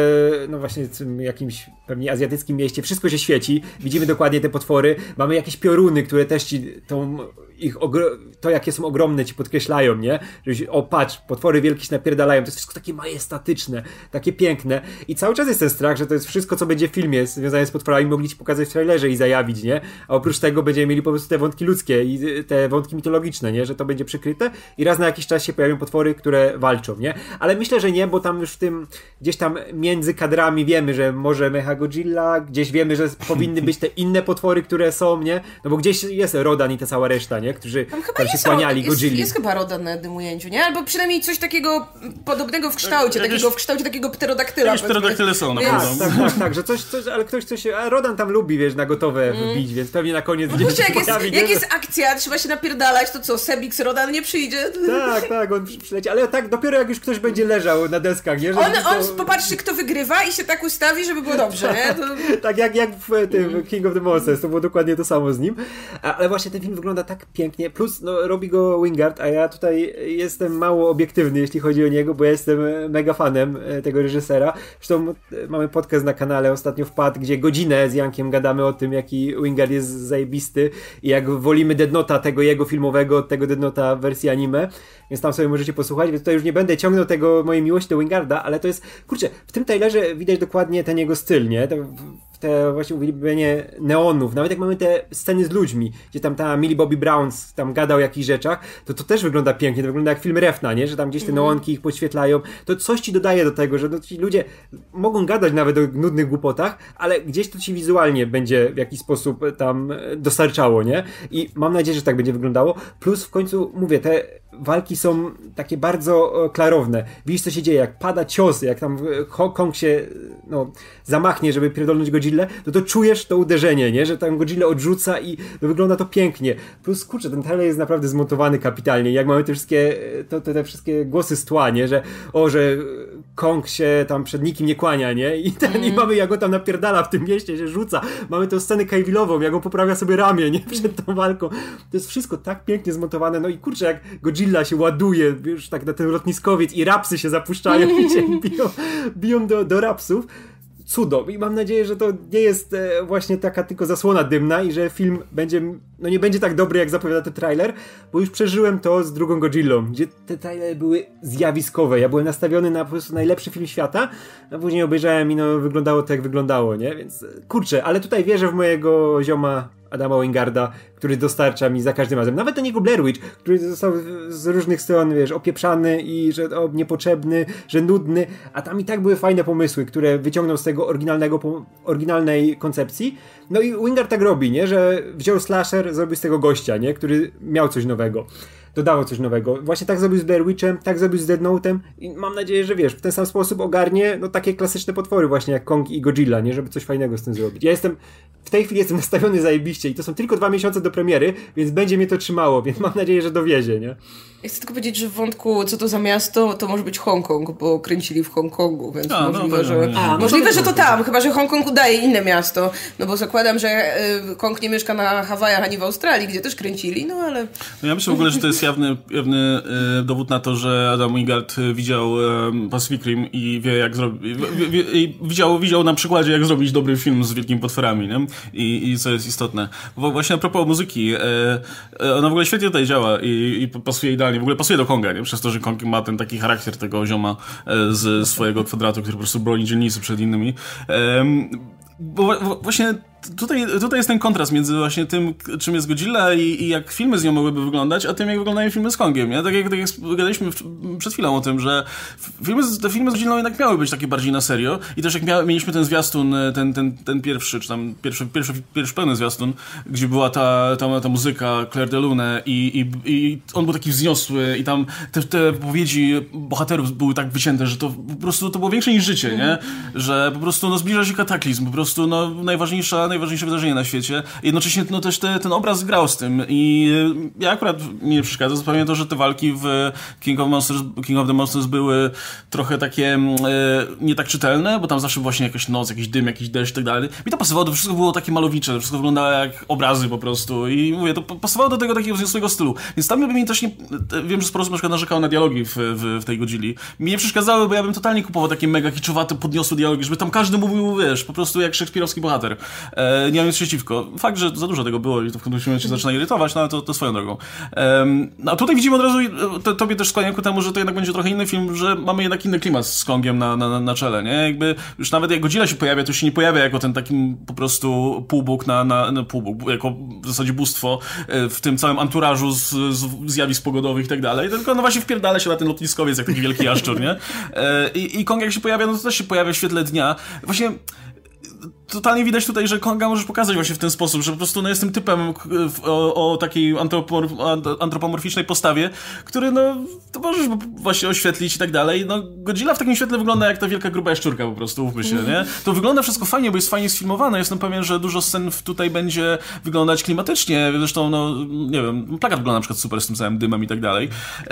[SPEAKER 3] no właśnie tym jakimś pewnie azjatyckim mieście. Wszystko się świeci. Widzimy dokładnie te potwory. Mamy jakieś pioruny, które też ci tą ich ogro- to, jakie są ogromne, ci podkreślają, nie? Że się, o patrz, potwory wielkie się napierdalają. To jest wszystko takie majestatyczne, takie piękne. I cały czas jest ten strach, że to jest wszystko, co będzie w filmie związane z potworami, mogli ci pokazać w trailerze i zajawić, nie? A oprócz tego będziemy mieli po prostu te wątki ludzkie i te wątki mitologiczne, nie? Że to będzie przykryte i raz na jakiś czas się pojawią potwory, które walczą, nie? Ale myślę, że nie, bo tam już w tym, gdzieś tam między kadrami wiemy, że może Mechagodzilla, gdzieś wiemy, że powinny być te inne potwory, które są, nie? No bo gdzieś jest Rodan i ta cała reszta, nie? Którzy tam, tam się kłaniali Godzilli.
[SPEAKER 2] Jest chyba Rodan na tym ujęciu, nie? Albo przynajmniej coś takiego podobnego w kształcie,
[SPEAKER 1] Jakieś,
[SPEAKER 2] takiego w kształcie takiego pterodaktyla.
[SPEAKER 1] Jakieś pterodaktyle są na pewno.
[SPEAKER 3] Tak, tak, tak, tak, że coś, coś, ale ktoś coś, a Rodan tam lubi, wiesz, na gotowe mm. wbić, więc pewnie na koniec
[SPEAKER 2] no,
[SPEAKER 3] gdzieś
[SPEAKER 2] jak
[SPEAKER 3] się
[SPEAKER 2] jest,
[SPEAKER 3] pojawi.
[SPEAKER 2] Jak jest akcja, trzeba się napierdalać, to co, Sebix Rodan nie przyjdzie?
[SPEAKER 3] Tak, tak, on przyleci, ale tak dopiero jak już ktoś będzie leżał na deskach, nie? Że
[SPEAKER 2] on,
[SPEAKER 3] to...
[SPEAKER 2] on popatrzy, kto wygrywa i się tak ustawi, żeby było dobrze, nie? To...
[SPEAKER 3] tak jak, jak w tym King of the Monsters, to było dokładnie to samo z nim. Ale właśnie ten film wygląda tak pięknie, plus no, robi go Wingard, a ja tutaj jestem mało obiektywny, jeśli chodzi o niego, bo ja jestem mega fanem tego reżysera. Zresztą mamy podcast na kanale, ostatnio wpadł, gdzie godzinę z Jankiem gadamy o tym, jaki Wingard jest zajebisty i jak wolimy Death Note'a, tego jego filmowego, od tego Death Note'a w wersji anime, więc tam sobie możecie posłuchać, więc tutaj już nie będę ciągnął tego mojej miłości do Wingarda, ale to jest, kurczę, w tym trailerze widać dokładnie ten jego styl, nie? To, te właśnie uwielbienie neonów, nawet jak mamy te sceny z ludźmi, gdzie tam ta Millie Bobby Brown tam gada o jakichś rzeczach, to to też wygląda pięknie, to wygląda jak film Refna, nie? Że tam gdzieś te neonki ich podświetlają, to coś ci dodaje do tego, że no, ci ludzie mogą gadać nawet o nudnych głupotach, ale gdzieś to ci wizualnie będzie w jakiś sposób tam dostarczało, nie? I mam nadzieję, że tak będzie wyglądało, plus w końcu, mówię, te walki są takie bardzo klarowne. Widzisz, co się dzieje, jak pada cios, jak tam Kong się no, zamachnie, żeby pierdolnąć Godzillę, to to czujesz to uderzenie, nie? Że tam Godzilla odrzuca i no, wygląda to pięknie. Plus, kurczę, ten trailer jest naprawdę zmontowany kapitalnie. Jak mamy te wszystkie, to, te, te wszystkie głosy z tła, nie? Że o, że Kong się tam przed nikim nie kłania, nie? I, ten, mm. i mamy, jak go tam napierdala w tym mieście, się rzuca. Mamy tę scenę Cavillową, jak on poprawia sobie ramię, nie? Przed tą walką. To jest wszystko tak pięknie zmontowane. No i kurczę, jak Godzilla się ładuje, wiesz, tak na ten lotniskowiec i rapsy się zapuszczają i się biją, biją do, do rapsów. Cudo. I mam nadzieję, że to nie jest e, właśnie taka tylko zasłona dymna i że film będzie, no nie będzie tak dobry, jak zapowiada ten trailer, bo już przeżyłem to z drugą Godzillą, gdzie te trailery były zjawiskowe. Ja byłem nastawiony na po prostu najlepszy film świata, a później obejrzałem i no wyglądało to, jak wyglądało, nie? Więc kurczę, ale tutaj wierzę w mojego zioma Adama Wingarda, który dostarcza mi za każdym razem. Nawet do niego Blair Witch, który został z różnych stron, wiesz, opieprzany i że o, niepotrzebny, że nudny, a tam i tak były fajne pomysły, które wyciągnął z tego oryginalnego, oryginalnej koncepcji. No i Wingard tak robi, nie? Że wziął slasher, zrobił z tego gościa, nie? Który miał coś nowego. Dodało coś nowego. Właśnie tak zrobił z Blair Witchem, tak zrobił z Death Note'em i mam nadzieję, że wiesz, w ten sam sposób ogarnie no takie klasyczne potwory właśnie jak Kong i Godzilla, nie? Żeby coś fajnego z tym zrobić. Ja jestem, w tej chwili jestem nastawiony zajebiście i to są tylko dwa miesiące do premiery, więc będzie mnie to trzymało, więc mam nadzieję, że dowiezie, nie?
[SPEAKER 2] Ja chcę tylko powiedzieć, że w wątku co to za miasto, to może być Hongkong, bo kręcili w Hongkongu, więc A, możliwe, no, że... A, możliwe, no, że to tam, chyba, że Hongkong udaje inne miasto, no bo zakładam, że y, Kong nie mieszka na Hawajach ani w Australii, gdzie też kręcili, no ale...
[SPEAKER 1] No ja myślę w ogóle, że to jest jawny, jawny y, dowód na to, że Adam Wingard widział y, Pacific Rim i wie jak zrobić... Widział, widział na przykładzie, jak zrobić dobry film z wielkimi potworami, nie? I, i co jest istotne. Bo właśnie a propos muzyki, y, y, ona w ogóle świetnie tutaj działa i, i pasuje idealnie. W ogóle pasuje do Konga, nie? Przez to, że Kong ma ten taki charakter tego zioma z swojego kwadratu, który po prostu broni dzielnicy przed innymi. Um, bo właśnie tutaj, tutaj jest ten kontrast między właśnie tym, czym jest Godzilla i, i jak filmy z nią mogłyby wyglądać, a tym, jak wyglądają filmy z Kongiem, nie? Tak jak, tak jak gadaliśmy przed chwilą o tym, że filmy, te filmy z Godzillą jednak miały być takie bardziej na serio i też jak mia, mieliśmy ten zwiastun, ten, ten, ten pierwszy, czy tam pierwszy, pierwszy, pierwszy pełny zwiastun, gdzie była ta, ta, ta muzyka Claire de Lune i, i, i on był taki wzniosły i tam te, te powiedzi bohaterów były tak wycięte, że to po prostu to było większe niż życie, nie? Że po prostu no, zbliża się kataklizm, po prostu no, najważniejsza, najważniejsze wydarzenie na świecie. Jednocześnie no, też te, ten obraz grał z tym i ja akurat mi nie przeszkadza, pamiętam to, że te walki w King of, Monsters, King of the Monsters były trochę takie e, nie tak czytelne, bo tam zawsze właśnie jakaś noc, jakiś dym, jakiś deszcz i tak dalej. Mi to pasowało, to wszystko było takie malowicze, wszystko wyglądało jak obrazy po prostu i mówię, to pasowało do tego takiego wzniosłego stylu. Więc tam by mi też nie... Wiem, że sporo osób na przykład narzekało na dialogi w, w, w tej Godzilli. Mi nie przeszkadzały, bo ja bym totalnie kupował takie mega kiczowate, podniosłe dialogi, żeby tam każdy mówił, wiesz, po prostu jak szekspirowski bohater. E, nie mam nic przeciwko. Fakt, że za dużo tego było i to w którymś momencie zaczyna irytować, no ale to, to swoją drogą. E, a tutaj widzimy od razu, to, tobie też skłaniam ku temu, że to jednak będzie trochę inny film, że mamy jednak inny klimat z Kongiem na, na, na czele, nie? Jakby już nawet jak Godzilla się pojawia, to się nie pojawia jako ten taki po prostu półbóg na, na, na półbóg, jako w zasadzie bóstwo w tym całym anturażu z, z zjawisk pogodowych i tak dalej, tylko no właśnie wpierdala się na ten lotniskowiec jak taki wielki jaszczur, nie? I, i Kong jak się pojawia, no to też się pojawia w świetle dnia. Właśnie totalnie widać tutaj, że Konga możesz pokazać właśnie w ten sposób, że po prostu no, jest tym typem o, o takiej antropomorficznej postawie, który no, to możesz właśnie oświetlić i tak dalej. No, Godzilla w takim świetle wygląda jak ta wielka gruba jaszczurka po prostu, ówmy się, nie? To wygląda wszystko fajnie, bo jest fajnie sfilmowane. Jestem pewien, że dużo scen tutaj będzie wyglądać klimatycznie. Zresztą, no, nie wiem, plakat wygląda na przykład super z tym całym dymem i tak dalej.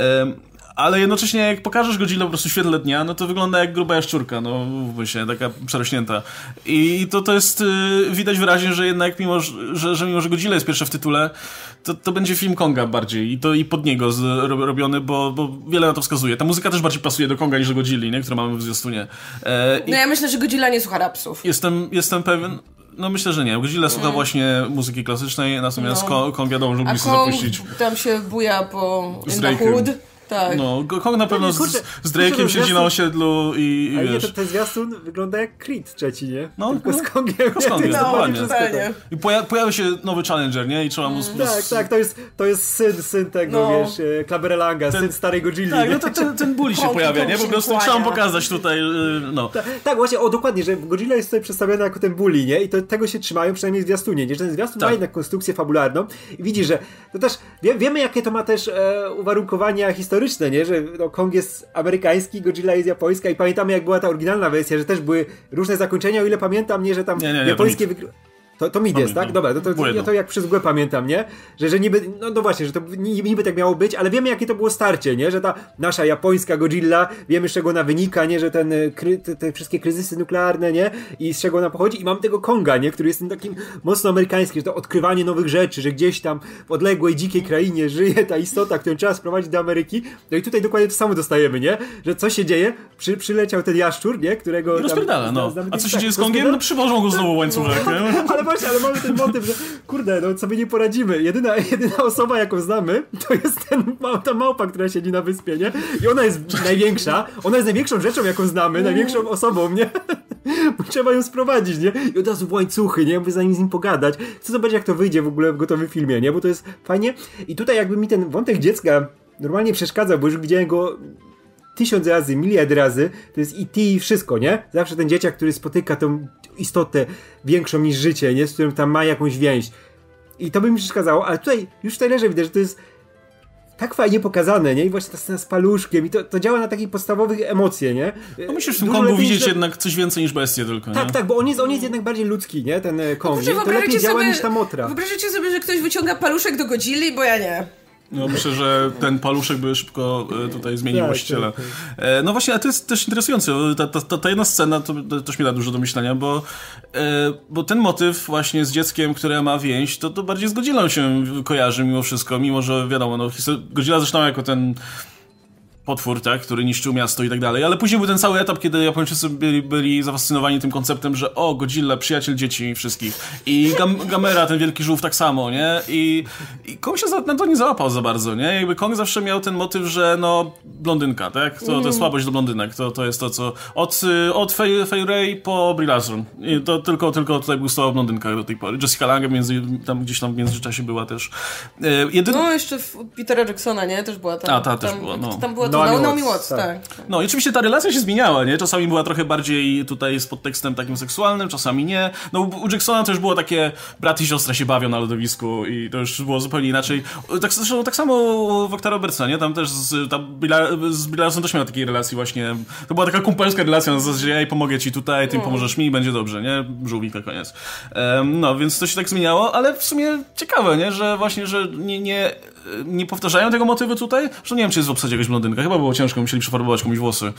[SPEAKER 1] Ale jednocześnie jak pokażesz Godzilla po prostu w świetle dnia, no to wygląda jak gruba jaszczurka, no właśnie, taka przerośnięta. I to, to jest, yy, widać wyraźnie, że jednak mimo, że, że mimo, że Godzilla jest pierwsza w tytule, to, to będzie film Konga bardziej i to i pod niego z, robiony, bo, bo wiele na to wskazuje. Ta muzyka też bardziej pasuje do Konga niż do Godzilli, nie? Którą mamy w zwiastunie. E,
[SPEAKER 2] no ja myślę, że Godzilla nie słucha rapsów.
[SPEAKER 1] Jestem, jestem pewien... No myślę, że nie. Godzilla słucha mm. właśnie muzyki klasycznej, natomiast no. Kong wiadomo, że lubi sobie zapuścić.
[SPEAKER 2] Tam się buja po In the Hood. Tak.
[SPEAKER 1] No, Kong na pewno kurczę, z, z Drake'iem siedzi na osiedlu i, i
[SPEAKER 3] ale
[SPEAKER 1] wiesz...
[SPEAKER 3] nie, to ten zwiastun wygląda jak Creed trzeci, nie?
[SPEAKER 1] No,
[SPEAKER 3] tylko
[SPEAKER 1] no,
[SPEAKER 3] z Kongiem.
[SPEAKER 1] Z Kongiem,
[SPEAKER 2] no,
[SPEAKER 1] dokładnie.
[SPEAKER 2] No,
[SPEAKER 1] I poja pojawia się nowy Challenger, nie? I trzeba mu...
[SPEAKER 3] Mm. Tak, tak, to jest, to jest syn, syn tego, no. wiesz, Klaberelanga, syn starej Godzilli.
[SPEAKER 1] Tak, no to ten, ten ból się pojawia, nie? Po prostu trzeba mu pokazać tutaj, no.
[SPEAKER 3] Ta, tak, właśnie, o dokładnie, że Godzilla jest tutaj przedstawiona jako ten bully, nie? I to, tego się trzymają przynajmniej w zwiastunie, nie? Że ten zwiastun tak. ma jednak konstrukcję fabularną i widzi, że to też, wie, wiemy jakie to ma też e, uwarunkowania historyczne, nie? Że no, Kong jest amerykański, Godzilla jest japońska i pamiętamy jak była ta oryginalna wersja, że też były różne zakończenia, o ile pamiętam, nie, że tam nie, nie, nie, japońskie... To, to, to mid jest, tak? Dobra, to, to, ja to jak przez mgłę pamiętam, nie? Że, że niby, no, no właśnie, że to niby tak miało być, ale wiemy jakie to było starcie, nie? Że ta nasza japońska Godzilla, wiemy z czego ona wynika, nie? Że ten, te, te wszystkie kryzysy nuklearne, nie? I z czego ona pochodzi i mamy tego Konga, nie? Który jest tym takim mocno amerykańskim, że to odkrywanie nowych rzeczy, że gdzieś tam w odległej, dzikiej krainie żyje ta istota, którą trzeba sprowadzić do Ameryki. No i tutaj dokładnie to samo dostajemy, nie? Że co się dzieje? Przy, przyleciał ten jaszczur, nie? Którego...
[SPEAKER 1] I rozpierdala, no. A co się dzieje z Kongiem? No przywożą go znowu łańcuchach, nie?
[SPEAKER 3] Ale właśnie, ale mamy ten motyw, że kurde, no sobie nie poradzimy. Jedyna, jedyna osoba, jaką znamy, to jest ten, ta małpa, która siedzi na wyspie, nie? I ona jest największa, ona jest największą rzeczą, jaką znamy, największą osobą, nie? Trzeba ją sprowadzić, nie? I od razu w łańcuchy, nie? By zanim z nim pogadać. Chcę zobaczyć, jak to wyjdzie w ogóle w gotowym filmie, nie? Bo to jest fajnie. I tutaj jakby mi ten wątek dziecka normalnie przeszkadzał, bo już widziałem go tysiąc razy, miliard razy, to jest E T i wszystko, nie? Zawsze ten dzieciak, który spotyka tą istotę większą niż życie, nie? Z którym tam ma jakąś więź. I to by mi przeszkadzało, ale tutaj już w trailerze widać, że to jest tak fajnie pokazane, nie? I właśnie ta scena z paluszkiem i to, to działa na takich podstawowych emocje, nie?
[SPEAKER 1] No musisz w tym Kongu widzieć że... jednak coś więcej niż bestię tylko, nie?
[SPEAKER 3] Tak, tak, bo on jest, on jest jednak bardziej ludzki, nie? Ten Kong. No, to lepiej działa
[SPEAKER 2] sobie,
[SPEAKER 3] niż ta Motra.
[SPEAKER 2] Wyobraźcie sobie, że ktoś wyciąga paluszek do Godzilli, bo ja nie.
[SPEAKER 1] No myślę, że ten paluszek by szybko tutaj zmienił
[SPEAKER 3] tak,
[SPEAKER 1] właściciela.
[SPEAKER 3] Tak, tak.
[SPEAKER 1] No właśnie, ale to jest też interesujące. Ta, ta, ta jedna scena to, to też mi da dużo do myślenia, bo, bo ten motyw właśnie z dzieckiem, które ma więź, to, to bardziej z Godzillą się kojarzy mimo wszystko, mimo że wiadomo, no, Godzilla zresztą jako ten potwór, tak, który niszczył miasto i tak dalej, ale później był ten cały etap, kiedy Japończycy byli, byli zafascynowani tym konceptem, że o, Godzilla, przyjaciel dzieci wszystkich i Gam Gamera, ten wielki żółw tak samo, nie, i, i Kong się za, na to nie załapał za bardzo, nie, jakby Kong zawsze miał ten motyw, że no, blondynka, tak, to, to jest słabość do blondynek, to, to jest to, co od, od Fay, Fay Ray po Brie Larson, I to tylko, tylko tutaj był stała blondynka do tej pory, Jessica Lange między, tam gdzieś tam w międzyczasie była też. E, jedyn...
[SPEAKER 2] No jeszcze w Petera Jacksona, nie, też była tam.
[SPEAKER 1] A, ta też
[SPEAKER 2] tam,
[SPEAKER 1] była, no.
[SPEAKER 2] Tam była to Naomi, Naomi Watts, tak. tak.
[SPEAKER 1] No i oczywiście ta relacja się zmieniała, nie? Czasami była trochę bardziej tutaj z podtekstem takim seksualnym, czasami nie. No u Jacksona to już było takie brat i siostra się bawią na lodowisku i to już było zupełnie inaczej. Tak, zresztą tak samo w Octa Robertsa, nie? Tam też z, tam z Brie Larson też miał takiej relacji właśnie. To była taka kumpelska relacja na zasadzie, ja pomogę ci tutaj, ty no. pomożesz mi i będzie dobrze, nie? Żółwik na koniec. Um, no, więc to się tak zmieniało, ale w sumie ciekawe, nie? Że właśnie, że nie, nie, nie powtarzają tego motywu tutaj. Zresztą nie wiem, czy jest w obsadzie jakaś blondynka. Chyba było ciężko, musieli przefarbować komuś włosy.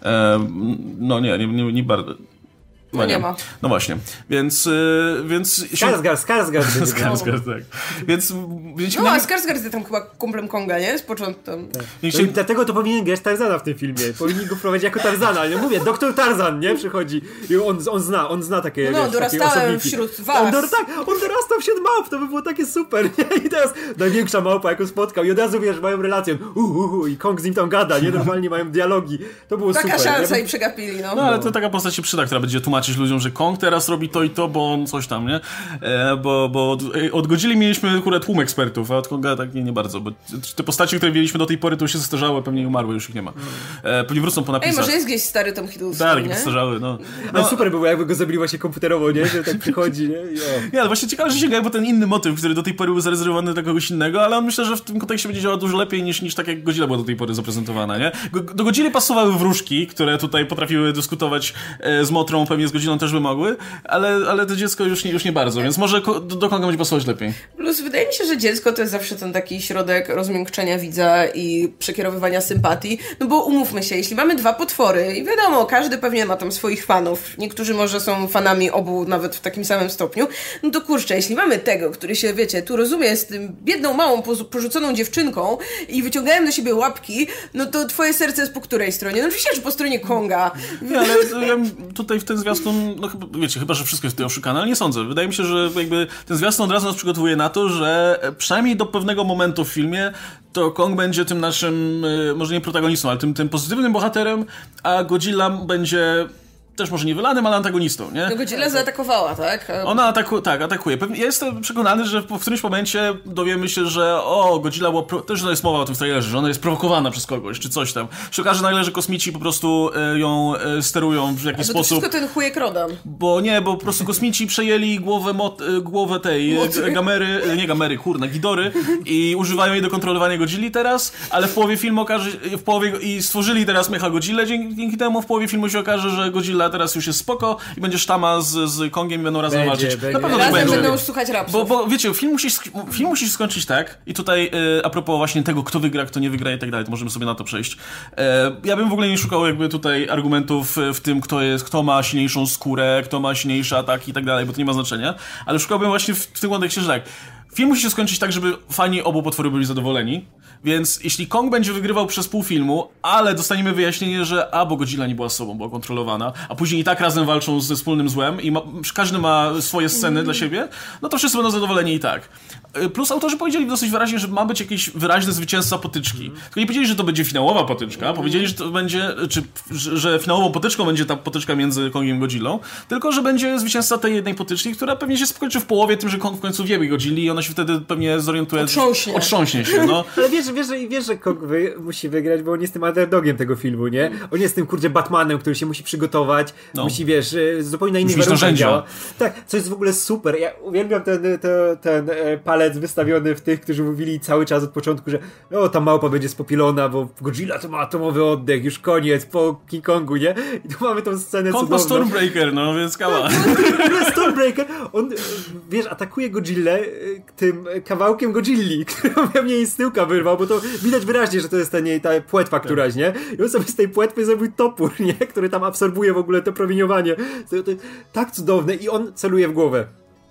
[SPEAKER 1] Um, no nie, nie, nie, nie bardzo.
[SPEAKER 2] No, no nie ma.
[SPEAKER 1] No właśnie, więc... Yy, więc
[SPEAKER 3] Skarsgård, Skarsgård.
[SPEAKER 1] Skarsgård, tak. Więc... więc
[SPEAKER 2] no, no a Skarsgård jest tam chyba kumplem Konga, nie? Z początkiem. Tak.
[SPEAKER 3] No chcieli... Dlatego to powinien grać Tarzana w tym filmie. Powinni go prowadzić jako Tarzana. Nie mówię, doktor Tarzan, nie? Przychodzi i on, on zna, on zna takie,
[SPEAKER 2] no,
[SPEAKER 3] wiesz,
[SPEAKER 2] dorastałem wśród was.
[SPEAKER 3] On, dor tak, on dorastał wśród małp, to by było takie super, nie? I teraz największa małpa, jaką spotkał i od razu, wiesz, mają relację. Uh, uh, uh, i Kong z nim tam gada, nie? Normalnie mają dialogi. To było
[SPEAKER 2] taka
[SPEAKER 3] super.
[SPEAKER 2] Taka szansa
[SPEAKER 3] nie?
[SPEAKER 2] i przegapili, no.
[SPEAKER 1] No, ale to taka postać się przyda, która będzie tłumaczyć ludziom, że Kong teraz robi to i to, bo on coś tam, nie? E, bo, bo od, od Godzilli mieliśmy akurat tłum ekspertów, a od Konga tak nie, nie bardzo, bo te postaci, które mieliśmy do tej pory, to już się zestarzały, pewnie umarły, już ich nie ma. E, pewnie wrócą po napisach.
[SPEAKER 2] Ej, może jest gdzieś stary Tom Hiddleston,
[SPEAKER 1] tak,
[SPEAKER 2] nie?
[SPEAKER 1] Tak, postarzały, no.
[SPEAKER 3] No, no super by było, jakby go zabili właśnie komputerowo, nie? Że tak przychodzi, nie?
[SPEAKER 1] Nie, ale właśnie ciekawe, że sięgają po ten inny motyw, który do tej pory był zarezerwowany dla kogoś innego, ale on myślę, że w tym kontekście będzie działał dużo lepiej niż, niż tak jak Godzilla była do tej pory zaprezentowana, nie? Do Godzilli pasowały wróżki, które tutaj potrafiły dyskutować e, z Motrą, pewnie z Godzillą też by mogły, ale, ale to dziecko już nie, już nie bardzo, więc może do, do Konga będzie pasować lepiej.
[SPEAKER 2] Plus wydaje mi się, że dziecko to jest zawsze ten taki środek rozmiękczenia widza i przekierowywania sympatii, no bo umówmy się, jeśli mamy dwa potwory i wiadomo, każdy pewnie ma tam swoich fanów, niektórzy może są fanami obu nawet w takim samym stopniu, no to kurczę, jeśli mamy tego, który się, wiecie, tu rozumie z tym biedną, małą, porzuconą dziewczynką i wyciągają do siebie łapki, no to twoje serce jest po której stronie? No oczywiście, że po stronie Konga.
[SPEAKER 1] Nie, ale ja tutaj w ten zwiastun, no chyba, wiecie, chyba, że wszystko jest tutaj oszukane, ale nie sądzę. Wydaje mi się, że jakby ten zwiastun od razu nas przygotowuje na to, że przynajmniej do pewnego momentu w filmie to Kong będzie tym naszym, może nie protagonistą, ale tym, tym pozytywnym bohaterem, a Godzilla będzie też może nie wylanym, ale antagonistą, nie?
[SPEAKER 2] No Godzilla zaatakowała, tak?
[SPEAKER 1] Ona ataku tak, atakuje. Ja jestem przekonany, że w którymś momencie dowiemy się, że o, Godzilla była pro... też jest mowa o tym w trailerze, że ona jest prowokowana przez kogoś, czy coś tam. Się okaże nagle, że kosmici po prostu e, ją e, sterują w jakiś
[SPEAKER 2] A
[SPEAKER 1] sposób.
[SPEAKER 2] To wszystko ten chujek Rodan.
[SPEAKER 1] Bo nie, bo po prostu kosmici przejęli głowę, mot... głowę tej e, gamery, nie gamery, kurna, Gidory i używają jej do kontrolowania Godzilli teraz, ale w połowie filmu okaże w połowie i stworzyli teraz Mecha Godzilla, dzięki, dzięki temu w połowie filmu się okaże, że Godzilla teraz już jest spoko i będzie sztama z, z Kongiem i będą razem będzie, walczyć.
[SPEAKER 3] Będzie.
[SPEAKER 1] Na pewno
[SPEAKER 2] razem
[SPEAKER 1] tak będzie.
[SPEAKER 2] będą już słuchać rapsów.
[SPEAKER 1] Bo, bo wiecie, film musi, film musi skończyć tak i tutaj e, a propos właśnie tego, kto wygra, kto nie wygra i tak dalej, to możemy sobie na to przejść. E, ja bym w ogóle nie szukał jakby tutaj argumentów w tym, kto jest, kto ma silniejszą skórę, kto ma silniejsze ataki i tak dalej, bo to nie ma znaczenia, ale szukałbym właśnie w, w tym kontekście, że tak, film musi się skończyć tak, żeby fani obu potworów byli zadowoleni. Więc jeśli Kong będzie wygrywał przez pół filmu, ale dostaniemy wyjaśnienie, że a, bo Godzilla nie była sobą, była kontrolowana, a później i tak razem walczą ze wspólnym złem i ma, każdy ma swoje sceny mm. dla siebie, no to wszyscy będą zadowoleni i tak. Plus autorzy powiedzieli dosyć wyraźnie, że ma być jakiś wyraźny zwycięzca potyczki. Mm. Tylko nie powiedzieli, że to będzie finałowa potyczka, mm. powiedzieli, że to będzie, czy że, że finałową potyczką będzie ta potyczka między Kongiem i Godzillą, tylko że będzie zwycięzca tej jednej potyczki, która pewnie się skończy w połowie tym, że Kong w końcu wiebie Godzilli i ona się wtedy pewnie zorientuje.
[SPEAKER 2] Otrząśnie.
[SPEAKER 1] Otrząśnie się, no.
[SPEAKER 3] Ale wiesz, wiesz, że, wiesz, że Kong wy, musi wygrać, bo on jest tym underdogiem tego filmu, nie? On jest tym, kurczę, Batmanem, który się musi przygotować, no. musi, wiesz, zupełnie na innych warunkach działa. Tak, co jest w ogóle super. Ja uwielbiam ten, ten, ten palec wystawiony w tych, którzy mówili cały czas od początku, że o, ta małpa będzie spopielona, bo Godzilla to ma atomowy oddech, już koniec, po King Kongu, nie? I tu mamy tą scenę
[SPEAKER 1] Kong
[SPEAKER 3] cudowną.
[SPEAKER 1] ma Stormbreaker, no, więc kała.
[SPEAKER 3] Stormbreaker, on, wiesz, atakuje Godzillę tym kawałkiem Godzilli, którą pewnie jej z tyłka wyrwał, bo to widać wyraźnie, że to jest ta, nie, ta płetwa któraś, nie? I on sobie z tej płetwy zrobił topór, nie? Który tam absorbuje w ogóle to promieniowanie. To, to, tak cudowne i on celuje w głowę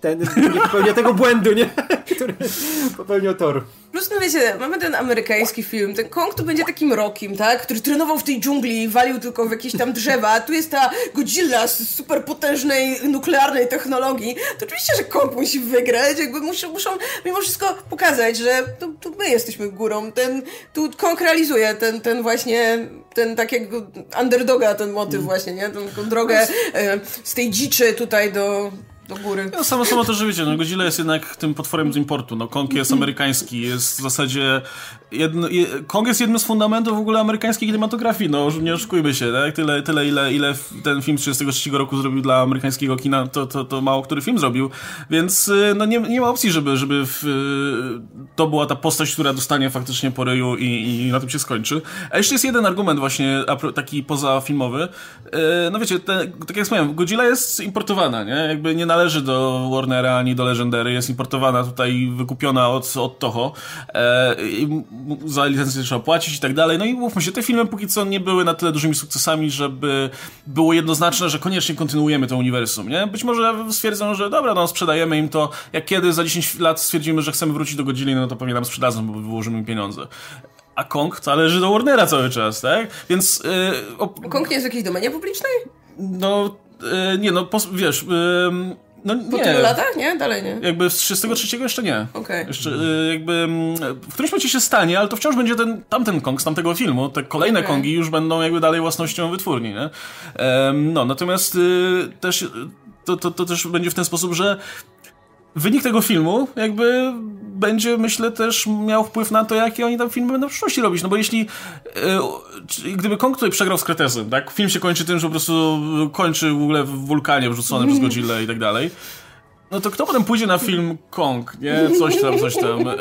[SPEAKER 3] ten nie popełnia tego błędu, nie? Który popełniał Thor.
[SPEAKER 2] Plus, no wiecie, mamy ten amerykański film, ten Kong to będzie takim Rockiem, tak? Który trenował w tej dżungli i walił tylko w jakieś tam drzewa, a tu jest ta Godzilla z super potężnej nuklearnej technologii. To oczywiście, że Kong musi wygrać, jakby muszą, muszą mimo wszystko pokazać, że to, to my jesteśmy górą. Ten, tu Kong realizuje ten, ten właśnie, ten takiego underdoga, ten motyw właśnie, nie? Tą, tą drogę e, z tej dziczy tutaj do... do góry.
[SPEAKER 1] No samo, samo to, że wiecie, no Godzilla jest jednak tym potworem z importu. No Kong jest amerykański, jest w zasadzie jedno, je, Kong jest jednym z fundamentów w ogóle amerykańskiej kinematografii, no nie oszukujmy się, tak? Tyle, tyle ile, ile ten film z trzydziestego trzeciego roku zrobił dla amerykańskiego kina, to, to, to mało który film zrobił, więc no nie, nie ma opcji, żeby, żeby w, to była ta postać, która dostanie faktycznie po ryju i, i na tym się skończy. A jeszcze jest jeden argument właśnie taki pozafilmowy. No wiecie, te, tak jak wspomniałem, Godzilla jest importowana, nie? Jakby nie należy do Warnera ani do Legendary, jest importowana tutaj, wykupiona od, od Toho. E, za licencję trzeba płacić i tak dalej. No i mówmy się, te filmy póki co nie były na tyle dużymi sukcesami, żeby było jednoznaczne, że koniecznie kontynuujemy to uniwersum, nie? Być może stwierdzą, że dobra, no sprzedajemy im to, jak kiedy za dziesięć lat stwierdzimy, że chcemy wrócić do Godzilli, no to pewnie nam sprzedadzą, bo wyłożymy im pieniądze. A Kong należy do Warnera cały czas, tak? Więc... Yy, o...
[SPEAKER 2] Kong nie jest w jakiejś domenie publicznej?
[SPEAKER 1] No, yy, nie, no, pos- wiesz... Yy, No nie.
[SPEAKER 2] Po tylu latach? Nie? Dalej nie.
[SPEAKER 1] Jakby z trzydziestego trzeciego jeszcze nie.
[SPEAKER 2] Okay.
[SPEAKER 1] Jeszcze y, jakby w którymś momencie się stanie, ale to wciąż będzie ten tamten Kong z tamtego filmu. Te kolejne okay. Kongi już będą jakby dalej własnością wytwórni, nie? Um, no, natomiast y, też to, to, to też będzie w ten sposób, że wynik tego filmu jakby będzie, myślę, też miał wpływ na to, jakie oni tam filmy będą w przyszłości robić. No bo jeśli yy, gdyby Kong tutaj przegrał z Kretesem, tak? Film się kończy tym, że po prostu kończy w ogóle w wulkanie wrzucony przez Godzillę i tak dalej. No to kto potem pójdzie na film Kong, nie? Coś tam, coś tam. Yy,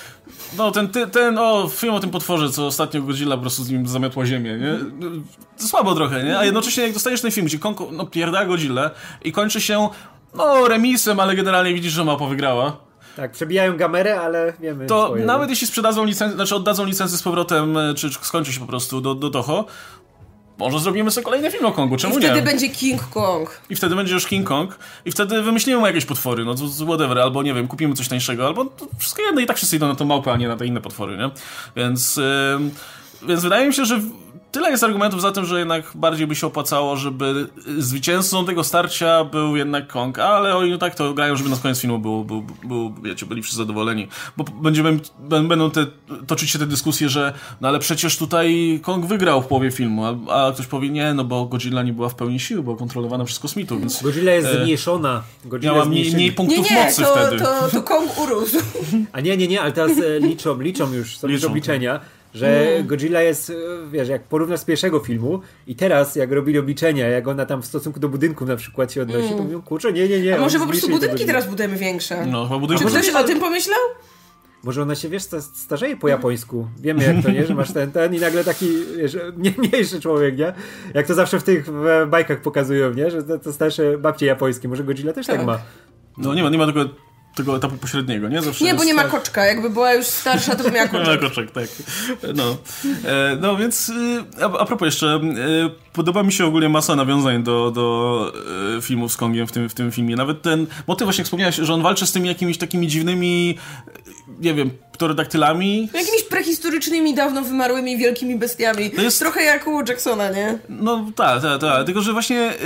[SPEAKER 1] no ten, ten, o, film o tym potworze, co ostatnio Godzilla po prostu z nim zamiotła ziemię, nie? To słabo trochę, nie? A jednocześnie jak dostajesz ten film, gdzie Kong, no, pierda Godzillę i kończy się, no, remisem, ale generalnie widzisz, że mapa wygrała.
[SPEAKER 3] Tak, przebijają gamerę, ale wiemy.
[SPEAKER 1] To
[SPEAKER 3] swoje,
[SPEAKER 1] nawet
[SPEAKER 3] nie?
[SPEAKER 1] jeśli sprzedadzą licencję, znaczy oddadzą licencję z powrotem, czy, czy skończy się po prostu do, do Toho, może zrobimy sobie kolejny film o Kongu, czemu nie?
[SPEAKER 2] I wtedy nie? będzie King Kong.
[SPEAKER 1] I wtedy będzie już King Kong. I wtedy wymyślimy mu jakieś potwory, no whatever, albo nie wiem, kupimy coś tańszego, albo to wszystko jedno i tak wszyscy idą na tą małpę, a nie na te inne potwory, nie? Więc, yy, więc wydaje mi się, że tyle jest argumentów za tym, że jednak bardziej by się opłacało, żeby zwycięzcą tego starcia był jednak Kong, ale oni tak to grają, żeby na koniec filmu był, był, był, wiecie, byli wszyscy zadowoleni. Bo będziemy, będą te, toczyć się te dyskusje, że no ale przecież tutaj Kong wygrał w połowie filmu, a, a ktoś powie nie, no bo Godzilla nie była w pełni sił, była kontrolowana przez kosmitów, więc...
[SPEAKER 3] Godzilla jest e, zmniejszona. Godzilla
[SPEAKER 1] miała mniej, mniej punktów
[SPEAKER 2] nie, nie,
[SPEAKER 1] mocy
[SPEAKER 2] to,
[SPEAKER 1] wtedy.
[SPEAKER 2] To, to Kong urósł.
[SPEAKER 3] A nie, nie, nie, ale teraz e, liczą, liczą już, są już obliczenia, że mm. Godzilla jest, wiesz, jak porównasz z pierwszego filmu i teraz jak robili obliczenia, jak ona tam w stosunku do budynków na przykład się odnosi, mm. to mówią, kurczę, nie, nie, nie.
[SPEAKER 2] A może po prostu budynki teraz budujemy większe?
[SPEAKER 1] No, chyba budynki.
[SPEAKER 2] Czy ktoś o tym pomyślał?
[SPEAKER 3] Może ona się, wiesz, starzeje po japońsku. Wiemy jak to, nie? Że masz ten, ten i nagle taki, wiesz, nie, mniejszy człowiek, nie? Jak to zawsze w tych w bajkach pokazują, nie? Że to, to starsze babcie japońskie. Może Godzilla też tak, tak ma.
[SPEAKER 1] No nie ma, nie ma tego... tego etapu pośredniego, nie? Zawsze
[SPEAKER 2] nie, bo nie ma
[SPEAKER 1] tak...
[SPEAKER 2] koczka. Jakby była już starsza, to by miała koczek.
[SPEAKER 1] Nie ma koczek, tak. No, e, no więc a, a propos jeszcze, e, podoba mi się ogólnie masa nawiązań do, do e, filmów z Kongiem w tym, w tym filmie. Nawet ten motyw, właśnie jak wspomniałeś, że on walczy z tymi jakimiś takimi dziwnymi, nie wiem, pterodaktylami.
[SPEAKER 2] Jakimiś prehistorycznymi, dawno wymarłymi wielkimi bestiami. To jest trochę jak u Jacksona, nie?
[SPEAKER 1] No tak, tak, tak. Tylko, że właśnie... E,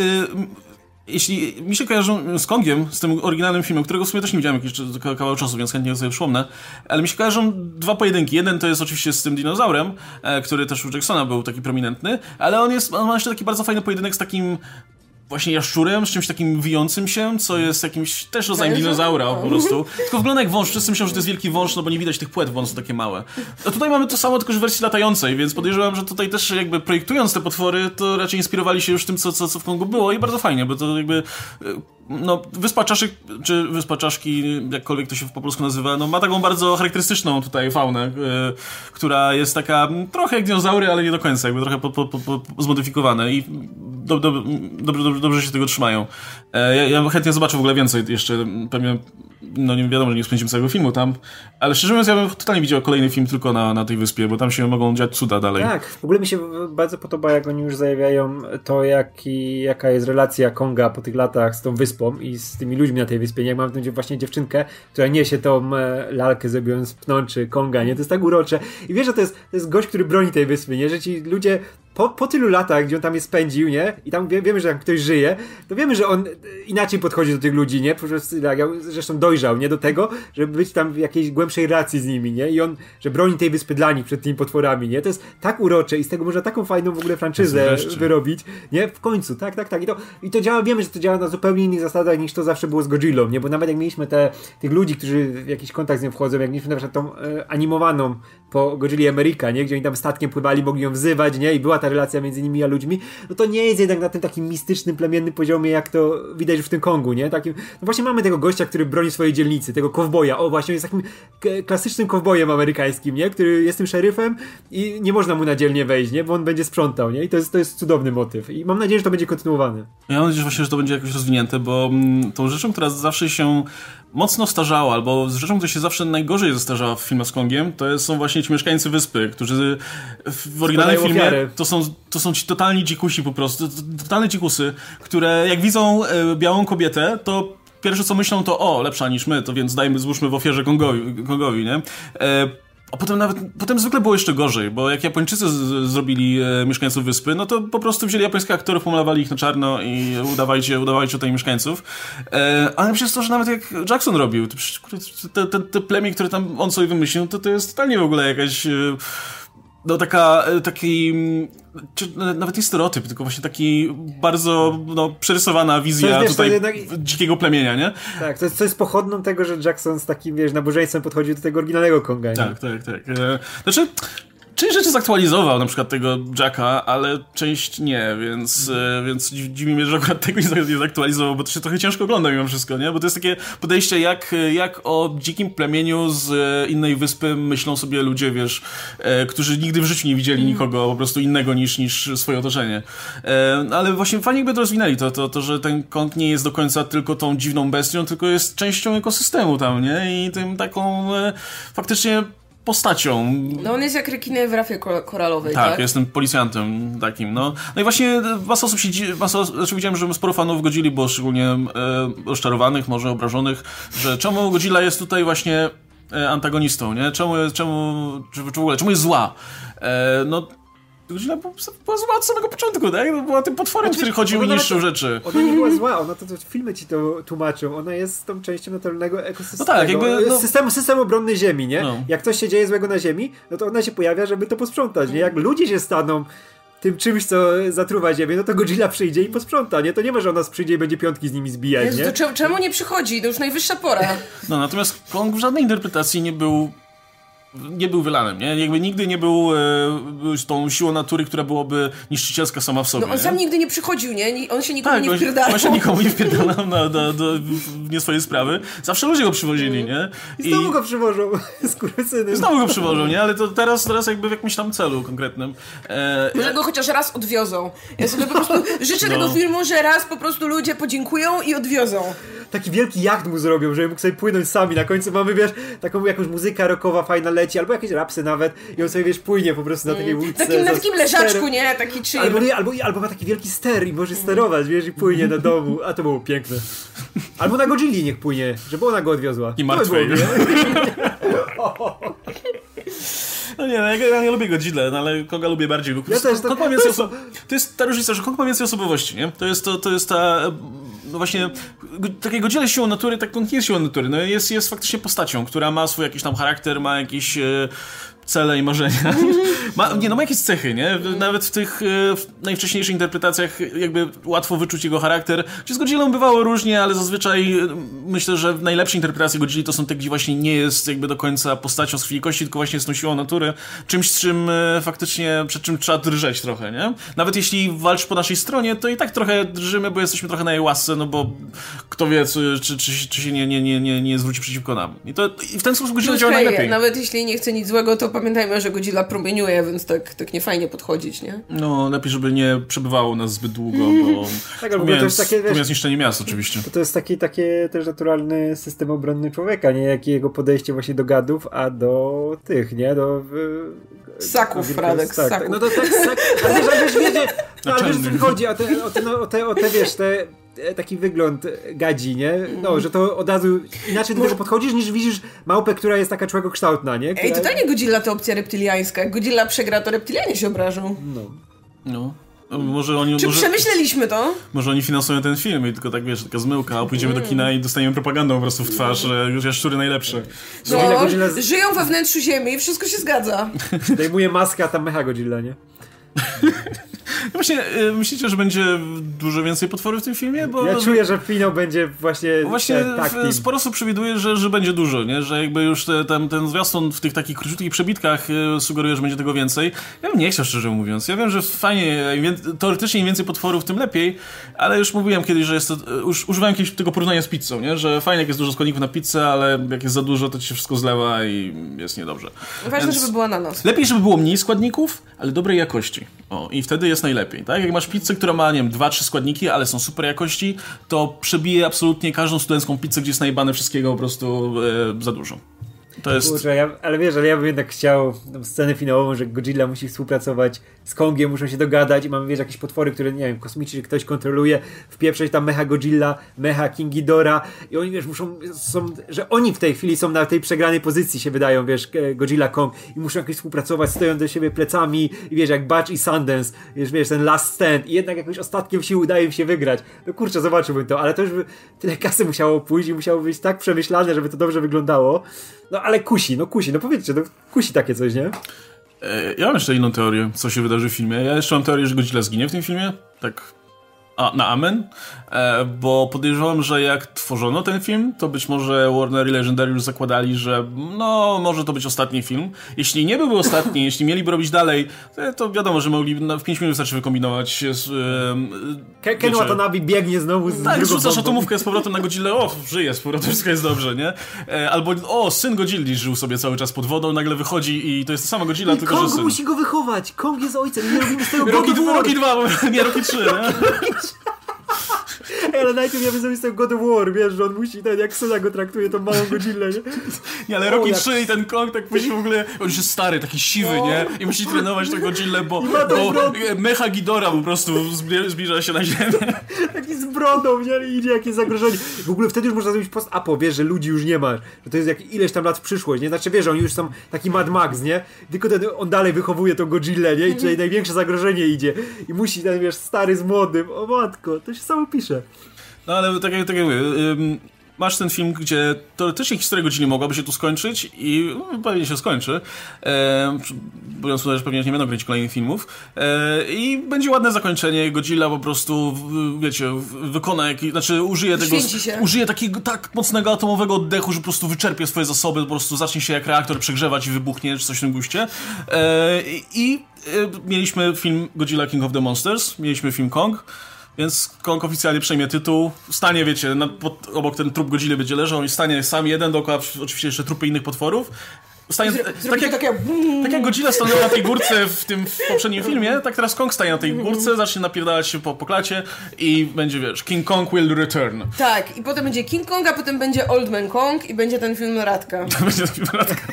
[SPEAKER 1] jeśli mi się kojarzą z Kongiem, z tym oryginalnym filmem, którego w sumie też nie widziałem jakiś kawał czasu, więc chętnie sobie przypomnę, ale mi się kojarzą dwa pojedynki. Jeden to jest oczywiście z tym dinozaurem, który też u Jacksona był taki prominentny, ale on jest, on ma jeszcze taki bardzo fajny pojedynek z takim właśnie jaszczurem, z czymś takim wijącym się, co jest jakimś też rodzajem dinozaura po prostu. Tylko wygląda jak wąż. Wszyscy myślą, że to jest wielki wąż, no bo nie widać tych płetw, bo one są takie małe. A tutaj mamy to samo, tylko że w wersji latającej, więc podejrzewam, że tutaj też jakby projektując te potwory, to raczej inspirowali się już tym, co, co, co w Kongu było i bardzo fajnie, bo to jakby... No, Wyspa Czaszek, czy Wyspa Czaszki, jakkolwiek to się po polsku nazywa, no ma taką bardzo charakterystyczną tutaj faunę, yy, która jest taka trochę jak dinozaury, ale nie do końca, jakby trochę po, po, po, po zmodyfikowane i do, do, dobrze, dobrze, dobrze się tego trzymają. E, ja, ja chętnie zobaczę w ogóle więcej jeszcze, pewnie no nie wiadomo, że nie spędzimy całego filmu tam, ale szczerze mówiąc ja bym totalnie widział kolejny film tylko na, na tej wyspie, bo tam się mogą dziać cuda dalej.
[SPEAKER 3] Tak, w ogóle mi się bardzo podoba, jak oni już zajawiają to, jaki, jaka jest relacja Konga po tych latach z tą wyspą i z tymi ludźmi na tej wyspie. Nie? Jak mam tę właśnie dziewczynkę, która niesie tą e, lalkę zrobiąc pnączy Konga, nie? To jest tak urocze. I wiesz, że to jest, to jest gość, który broni tej wyspy, nie? Że ci ludzie po, po tylu latach, gdzie on tam je spędził, nie? I tam wie, wiemy, że jak ktoś żyje, to wiemy, że on inaczej podchodzi do tych ludzi, nie? Po prostu, jak, zresztą dojrzał, nie? Do tego, żeby być tam w jakiejś głębszej relacji z nimi, nie? I on, że broni tej wyspy dla nich przed tymi potworami, nie? To jest tak urocze i z tego można taką fajną w ogóle franczyzę wyrobić, nie? W końcu, tak, tak, tak. I to, i to działa, wiemy, że to działa na zupełnie innych zasadach niż to zawsze było z Godzillą, nie? Bo nawet jak mieliśmy te, tych ludzi, którzy w jakiś kontakt z nią wchodzą, jak mieliśmy na przykład tą e, animowaną po Godzilli Ameryka, nie? Gdzie oni tam statkiem pływali, mogli ją wzywać, nie? I była ta relacja między nimi a ludźmi, no to nie jest jednak na tym takim mistycznym, plemiennym poziomie, jak to widać w tym Kongu, nie? Takim, no właśnie mamy tego gościa, który broni swojej dzielnicy, tego kowboja, o właśnie, jest takim k- klasycznym kowbojem amerykańskim, nie? Który jest tym szeryfem i nie można mu na dzielnie wejść, nie? Bo on będzie sprzątał, nie? I to jest, to jest cudowny motyw i mam nadzieję, że to będzie kontynuowane.
[SPEAKER 1] Ja mam nadzieję, że właśnie, że to będzie jakoś rozwinięte, bo mm, tą rzeczą, która zawsze się mocno starzała, albo z rzeczą, która się zawsze najgorzej zestarzała w filmach z Kongiem, to są właśnie ci mieszkańcy wyspy, którzy w oryginalnym filmie to są, to są ci totalni dzikusi po prostu, totalne dzikusy, które jak widzą e, białą kobietę, to pierwsze co myślą to o, lepsza niż my, to więc dajmy, złóżmy w ofierze Kongowi, Kongowi nie? E, A potem nawet, potem zwykle było jeszcze gorzej, bo jak Japończycy z, zrobili e, mieszkańców wyspy, no to po prostu wzięli japońskich aktorów, pomalowali ich na czarno i udawajcie, udawajcie tutaj mieszkańców. E, ale przez to, że nawet jak Jackson robił, to, te, te, te plemię, które tam on sobie wymyślił, to to jest totalnie w ogóle jakaś... E, no taka, taki, czy, nawet nie stereotyp, tylko właśnie taki bardzo no, przerysowana wizja jest, wiesz, tutaj jednak... dzikiego plemienia, nie?
[SPEAKER 3] Tak, to jest, to jest pochodną tego, że Jackson z takim, wiesz, nabożeństwem podchodził do tego oryginalnego Konga. Nie?
[SPEAKER 1] Tak, tak, tak. E, znaczy... Część rzeczy zaktualizował, na przykład tego Jacka, ale część nie, więc, mm. więc dziwi mnie, że akurat tego nie zaktualizował, bo to się trochę ciężko ogląda mimo wszystko, nie? Bo to jest takie podejście, jak, jak o dzikim plemieniu z innej wyspy myślą sobie ludzie, wiesz, e, którzy nigdy w życiu nie widzieli mm. nikogo po prostu innego niż, niż swoje otoczenie. E, ale właśnie fajnie jakby to rozwinęli, to, to, to, że ten Kong nie jest do końca tylko tą dziwną bestią, tylko jest częścią ekosystemu tam, nie? I tym taką e, faktycznie postacią.
[SPEAKER 2] No on jest jak rekiny w rafie koralowej, tak?
[SPEAKER 1] Tak, jestem policjantem takim, no. No i właśnie masa osób się dziwi, masa, znaczy widziałem, że sporo fanów Godzilli było szczególnie e, rozczarowanych, może obrażonych, że czemu Godzilla jest tutaj właśnie e, antagonistą, nie? Czemu, czemu, czy, czy w ogóle, czemu jest zła? E, no Godzilla była zła od samego początku, tak? No, była tym potworem, który chodził i niszczył rzeczy.
[SPEAKER 3] Ona nie była zła, ona to, to filmy ci to tłumaczą. Ona jest tą częścią naturalnego ekosystemu.
[SPEAKER 1] No tak, jakby... No...
[SPEAKER 3] System, system obronny Ziemi, nie? No. Jak coś się dzieje złego na Ziemi, no to ona się pojawia, żeby to posprzątać, nie? Jak ludzie się staną tym czymś, co zatruwa Ziemię, no to Godzilla przyjdzie i posprząta, nie? To nie ma, że ona przyjdzie i będzie piątki z nimi zbijać,
[SPEAKER 2] Jezu,
[SPEAKER 3] nie?
[SPEAKER 2] To czemu, czemu nie przychodzi? To już najwyższa pora.
[SPEAKER 1] No, natomiast Kong w żadnej interpretacji nie był nie był wylanem, nie? Jakby nigdy nie był e, tą siłą natury, która byłaby niszczycielska sama w sobie.
[SPEAKER 2] No on
[SPEAKER 1] nie?
[SPEAKER 2] sam nigdy nie przychodził, nie? On się nikomu
[SPEAKER 1] tak,
[SPEAKER 2] nie wpierdalał.
[SPEAKER 1] On się nikomu nie wpierdalał na, na, na, w nie swoje sprawy. Zawsze ludzie go przywozili, nie?
[SPEAKER 3] I znowu I... go przywożą, skurwysyny.
[SPEAKER 1] Znowu go przywożą, nie? Ale to teraz, teraz jakby w jakimś tam celu konkretnym.
[SPEAKER 2] E... Może go chociaż raz odwiozą. Ja sobie po prostu życzę no. tego filmu, że raz po prostu ludzie podziękują i odwiozą.
[SPEAKER 3] Taki wielki jacht mu zrobią, żeby mógł sobie płynąć sami. Na końcu mamy, wiesz, taką jakąś muzyka rockowa fajna leci, albo jakieś rapsy nawet i on sobie, wiesz, płynie po prostu na takiej łódce.
[SPEAKER 2] Takim, na takim leżaczku, nie? Taki chill.
[SPEAKER 3] Albo, nie, albo, albo ma taki wielki ster i może sterować, wiesz, i płynie do domu. A to było piękne. Albo na Godzilli niech płynie, żeby ona go odwiozła.
[SPEAKER 1] I martwej. No nie, no ja, ja nie lubię Godzilla, no ale Konga lubię bardziej.
[SPEAKER 3] Ja też,
[SPEAKER 1] Kong ma więcej oso- to jest ta różnica, że Kong ma więcej osobowości, nie? To jest, to, to jest ta... No właśnie, takie Godzilla siłą natury, tak Kong nie jest siłą natury. No jest, jest faktycznie postacią, która ma swój jakiś tam charakter, ma jakieś... E, cele i marzenia. Ma, nie, no ma jakieś cechy, nie? Nawet w tych e, w najwcześniejszych interpretacjach jakby łatwo wyczuć jego charakter. Gdzie z Godzillą bywało różnie, ale zazwyczaj e, myślę, że najlepsze interpretacje Godzilli to są te, gdzie właśnie nie jest jakby do końca postacią z krwi i kości, tylko właśnie jest tą siłą natury. Czymś, z czym e, faktycznie, przed czym trzeba drżeć trochę, nie? Nawet jeśli walczy po naszej stronie, to i tak trochę drżymy, bo jesteśmy trochę na jej łasce, no bo kto wie, czy, czy, czy, czy się nie, nie, nie, nie, nie zwróci przeciwko nam. I, to, i w ten sposób Godzilla działa najlepiej.
[SPEAKER 2] Nawet jeśli nie chce nic złego, to pamiętajmy, że Godzilla promieniuje, więc tak, tak nie fajnie podchodzić, nie?
[SPEAKER 1] No, lepiej, żeby nie przebywało u nas zbyt długo, bo tak, pomijając, to jest takie, wiesz, pomijając niszczenie miast oczywiście.
[SPEAKER 3] To, to jest taki takie też naturalny system obronny człowieka, nie? Jak jego podejście właśnie do gadów, a do tych, nie? Do...
[SPEAKER 2] Ssaków, Radek,
[SPEAKER 3] tak,
[SPEAKER 2] ssaków.
[SPEAKER 3] No to tak, sak, ale wiesz, ale wiesz, wiecie, no, ale wiesz, co mi chodzi, o te, o te, no, o te, o te wiesz, te taki wygląd gadzi, nie? No, że to od razu inaczej do tego podchodzisz, niż widzisz małpę, która jest taka człowiekokształtna, nie? Która...
[SPEAKER 2] Ej, totalnie Godzilla to opcja reptyliańska. Jak Godzilla przegra, to reptylianie się obrażą.
[SPEAKER 3] No.
[SPEAKER 1] No. Może oni,
[SPEAKER 2] Czy
[SPEAKER 1] może,
[SPEAKER 2] przemyśleliśmy to?
[SPEAKER 1] Może oni finansują ten film i tylko tak, wiesz, taka zmyłka, a pójdziemy mm. do kina i dostaniemy propagandą po prostu w twarz, że już jaszczury najlepsze.
[SPEAKER 2] No, Godzilla... żyją we wnętrzu ziemi i wszystko się zgadza.
[SPEAKER 3] Zdejmuje maskę, a tam mecha Godzilla, nie?
[SPEAKER 1] Właśnie, myślicie, że będzie dużo więcej potworów w tym filmie? Bo
[SPEAKER 3] ja czuję, że finał będzie właśnie
[SPEAKER 1] Właśnie sporo osób przewiduje, że, że będzie dużo, nie? Że jakby już te, ten, ten zwiastun w tych takich króciutkich przebitkach sugeruje, że będzie tego więcej. Ja bym nie chciał, szczerze mówiąc. Ja wiem, że fajnie, teoretycznie im więcej potworów, tym lepiej, ale już mówiłem kiedyś, że jest to, już używałem kiedyś tego porównania z pizzą, nie? Że fajnie, jak jest dużo składników na pizzę, ale jak jest za dużo, to ci się wszystko zlewa i jest niedobrze.
[SPEAKER 2] Ważne, Więc żeby była na nos.
[SPEAKER 1] Lepiej, żeby było mniej składników, ale dobrej jakości. O, i wtedy jest najlepiej, tak? Jak masz pizzę, która ma, nie wiem, dwa, trzy składniki, ale są super jakości, to przebije absolutnie każdą studencką pizzę, gdzie jest najebane wszystkiego po prostu e, za dużo. To jest...
[SPEAKER 3] Kurczę, ja, ale wiesz, ale ja bym jednak chciał tą scenę finałową, że Godzilla musi współpracować z Kongiem, muszą się dogadać i mamy, wiesz, jakieś potwory, które, nie wiem, kosmicznie ktoś kontroluje, wpieprzeć tam mecha Godzilla, mecha King Ghidorah i oni, wiesz, muszą, są, że oni w tej chwili są na tej przegranej pozycji, się wydają, wiesz, Godzilla, Kong i muszą jakoś współpracować, stoją do siebie plecami i wiesz, jak Batch i Sundance, wiesz, wiesz, ten last stand i jednak jakoś ostatkiem sił udaje im się wygrać. No kurczę, zobaczyłbym to, ale to już by tyle kasy musiało pójść i musiało być tak przemyślane, żeby to dobrze wyglądało. No ale kusi, no kusi, no powiedzcie, no kusi takie coś, nie?
[SPEAKER 1] Ja mam jeszcze inną teorię, co się wydarzy w filmie. Ja jeszcze mam teorię, że Godzilla zginie w tym filmie. Tak a, na amen. E, bo podejrzewam, że jak tworzono ten film, to być może Warner i Legendary już zakładali, że no, może to być ostatni film. Jeśli nie byłby ostatni, jeśli mieliby robić dalej, to, to wiadomo, że mogli w pięć minut wystarczy wykombinować.
[SPEAKER 3] E, Ken Watanabe biegnie znowu z
[SPEAKER 1] Tak, rzucasz atomówkę z powrotem na Godzillę, o, żyje z powrotem, wszystko jest dobrze, nie? E, albo, o, syn Godzilli żył sobie cały czas pod wodą, nagle wychodzi i to jest ta sama Godzilla,
[SPEAKER 3] I
[SPEAKER 1] tylko
[SPEAKER 3] Kong
[SPEAKER 1] że syn.
[SPEAKER 3] musi go wychować, Kong jest ojcem, nie robimy z tego
[SPEAKER 1] Rocky, Rocky dwa, nie Rocky trzy, nie?
[SPEAKER 3] Ale najpierw ja bym zrobił z tego God of War, wiesz, że on musi, ten, jak syna go traktuje, tą małą Godzillę, nie?
[SPEAKER 1] Nie, ale Rocky trzy i ten Kong tak musi w ogóle, on już jest stary, taki siwy, o. nie? I musi trenować tę Godzillę, bo, bo mecha Ghidorah po prostu zbliża się na ziemię.
[SPEAKER 3] Taki z brodą, nie? I idzie jakieś zagrożenie. W ogóle wtedy już można zrobić post-apo, wiesz, że ludzi już nie ma, że to jest jak ileś tam lat w przyszłość, nie? Znaczy, wiesz, oni już są taki Mad Max, nie? Tylko ten, on dalej wychowuje tą Godzillę, nie? I tutaj największe zagrożenie idzie. I musi ten, wiesz, stary z młodym. O matko, to się samo pisze.
[SPEAKER 1] No ale tak jak, tak jak mówię, ym, masz ten film, gdzie teoretycznie historia Godzilli mogłaby się tu skończyć i no, pewnie się skończy, e, biorąc pod uwagę, że pewnie nie będą kręcić kolejnych filmów e, i będzie ładne zakończenie, Godzilla po prostu, w, wiecie, wykona jakiś, znaczy użyje tego, użyje takiego tak mocnego atomowego oddechu, że po prostu wyczerpie swoje zasoby, po prostu zacznie się jak reaktor przegrzewać i wybuchnie, czy coś w tym guście e, i e, mieliśmy film Godzilla King of the Monsters, mieliśmy film Kong. Więc Kong oficjalnie przejmie tytuł, stanie, wiecie, na, pod, obok ten trup Godzilli będzie leżał i stanie sam jeden, dookoła oczywiście jeszcze trupy innych potworów. Stanie,
[SPEAKER 2] Zro,
[SPEAKER 1] tak, jak,
[SPEAKER 2] takie...
[SPEAKER 1] tak jak Godzilla stanęła na tej górce w tym w poprzednim filmie, tak teraz Kong stanie na tej górce, zacznie napierdalać się po, po klacie i będzie, wiesz, King Kong will return.
[SPEAKER 2] Tak, i potem będzie King Kong, a potem będzie Old Man Kong i będzie ten film Radka.
[SPEAKER 1] będzie ten film Radka.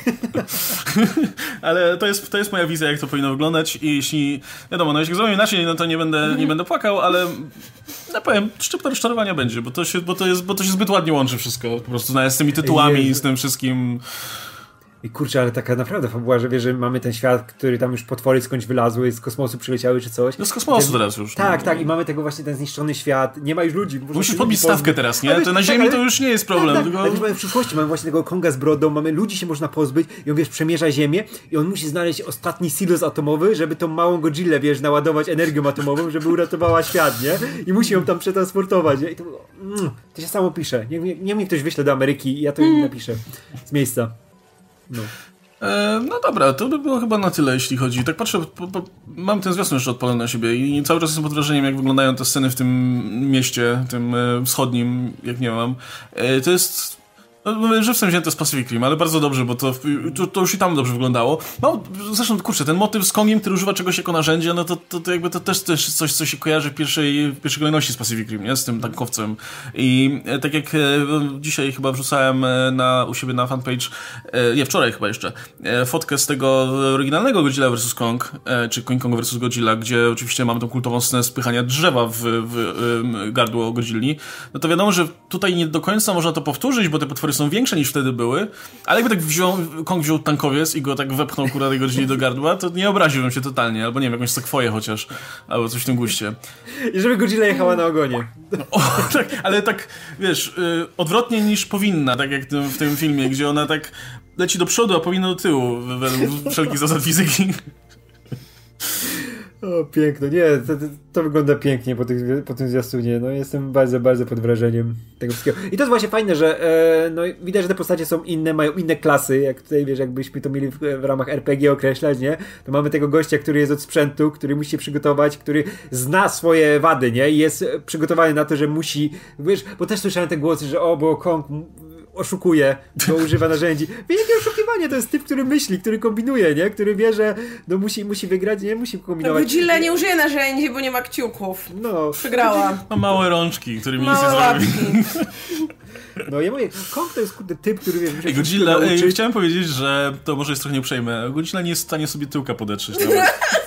[SPEAKER 1] Ale to jest, to jest moja wizja, jak to powinno wyglądać i jeśli, wiadomo, no jeśli zrobię inaczej, no to nie będę, nie będę płakał, ale ja powiem, szczypta rozczarowania będzie, bo to się, bo to jest, bo to się zbyt ładnie łączy wszystko, po prostu nawet z tymi tytułami i z tym wszystkim.
[SPEAKER 3] I kurczę, ale taka naprawdę fabuła, że wiesz, że mamy ten świat, który tam już potwory skądś wylazły, z kosmosu przyleciały czy coś.
[SPEAKER 1] No z kosmosu
[SPEAKER 3] ten,
[SPEAKER 1] teraz już.
[SPEAKER 3] Tak,
[SPEAKER 1] no.
[SPEAKER 3] tak, i mamy tego właśnie ten zniszczony świat, nie ma już ludzi.
[SPEAKER 1] Musisz podbić stawkę teraz, nie?
[SPEAKER 3] Ale,
[SPEAKER 1] to na
[SPEAKER 3] tak,
[SPEAKER 1] Ziemi
[SPEAKER 3] ale,
[SPEAKER 1] to już nie jest problem.
[SPEAKER 3] Tak,
[SPEAKER 1] tylko...
[SPEAKER 3] tak, ale mamy w przyszłości, mamy właśnie tego Konga z brodą, mamy ludzi się można pozbyć i on, wiesz, przemierza Ziemię i on musi znaleźć ostatni silos atomowy, żeby tą małą Godzillę, wiesz, naładować energią atomową, żeby uratowała świat, nie? I musi ją tam przetransportować, nie? I to, mm, to się samo pisze. Nie, nie, nie mnie ktoś wyśle do Ameryki i ja to im napiszę z miejsca. No.
[SPEAKER 1] No dobra, to by było chyba na tyle, jeśli chodzi. Tak patrzę, po, po, mam ten zwiastun jeszcze odpalony na siebie i cały czas jestem pod wrażeniem, jak wyglądają te sceny w tym mieście, tym e, wschodnim, jak nie mam. E, to jest No, żywcem wzięte z Pacific Rim, ale bardzo dobrze, bo to, to, to już i tam dobrze wyglądało. No, zresztą, kurczę, ten motyw z Kongiem, który używa czegoś jako narzędzia, no to, to, to jakby to też, też coś, co się kojarzy w pierwszej, w pierwszej kolejności z Pacific Rim, nie? Z tym tankowcem. I e, tak jak e, dzisiaj chyba wrzucałem na, u siebie na fanpage, e, nie, wczoraj chyba jeszcze, e, fotkę z tego oryginalnego Godzilla versus. Kong, e, czy King Kong versus. Godzilla, gdzie oczywiście mamy tą kultową scenę spychania drzewa w, w, w gardło Godzilli, no to wiadomo, że tutaj nie do końca można to powtórzyć, bo te potwory są większe niż wtedy były, ale jakby tak wziął, Kong wziął tankowiec i go tak wepchnął kurwa tej Godzilli do gardła, to nie obraziłbym się totalnie, albo nie wiem, jakąś sekwoję chociaż, albo coś w tym guście.
[SPEAKER 3] I żeby Godzilla jechała na ogonie.
[SPEAKER 1] O, tak, ale tak, wiesz, yy, odwrotnie niż powinna, tak jak w tym filmie, gdzie ona tak leci do przodu, a powinna do tyłu, według wszelkich zasad fizyki.
[SPEAKER 3] O, piękno. Nie, to, to, to wygląda pięknie po, tych, po tym zwiastunie. No, jestem bardzo, bardzo pod wrażeniem tego wszystkiego. I to jest właśnie fajne, że e, no, widać, że te postacie są inne, mają inne klasy. Jak tutaj, wiesz, jakbyśmy to mieli w, w ramach er pe gie określać, nie? To mamy tego gościa, który jest od sprzętu, który musi się przygotować, który zna swoje wady, nie? I jest przygotowany na to, że musi, wiesz, bo też słyszałem te głosy, że o, bo Kong oszukuje, bo używa narzędzi. Wielkie oszukiwanie, to jest typ, który myśli, który kombinuje, nie? Który wie, że no musi, musi wygrać, nie? Musi kombinować.
[SPEAKER 2] Godzilla nie użyje narzędzi, bo nie ma kciuków.
[SPEAKER 3] No.
[SPEAKER 2] Przegrała.
[SPEAKER 1] Ma małe rączki, którymi nic nie zrobi.
[SPEAKER 3] No ja mówię, Kong to jest kurde typ, który wie,
[SPEAKER 1] że Godzilla, ej, chciałem powiedzieć, że to może jest trochę nieuprzejme. Godzilla nie jest w stanie sobie tyłka podetrzeć nawet.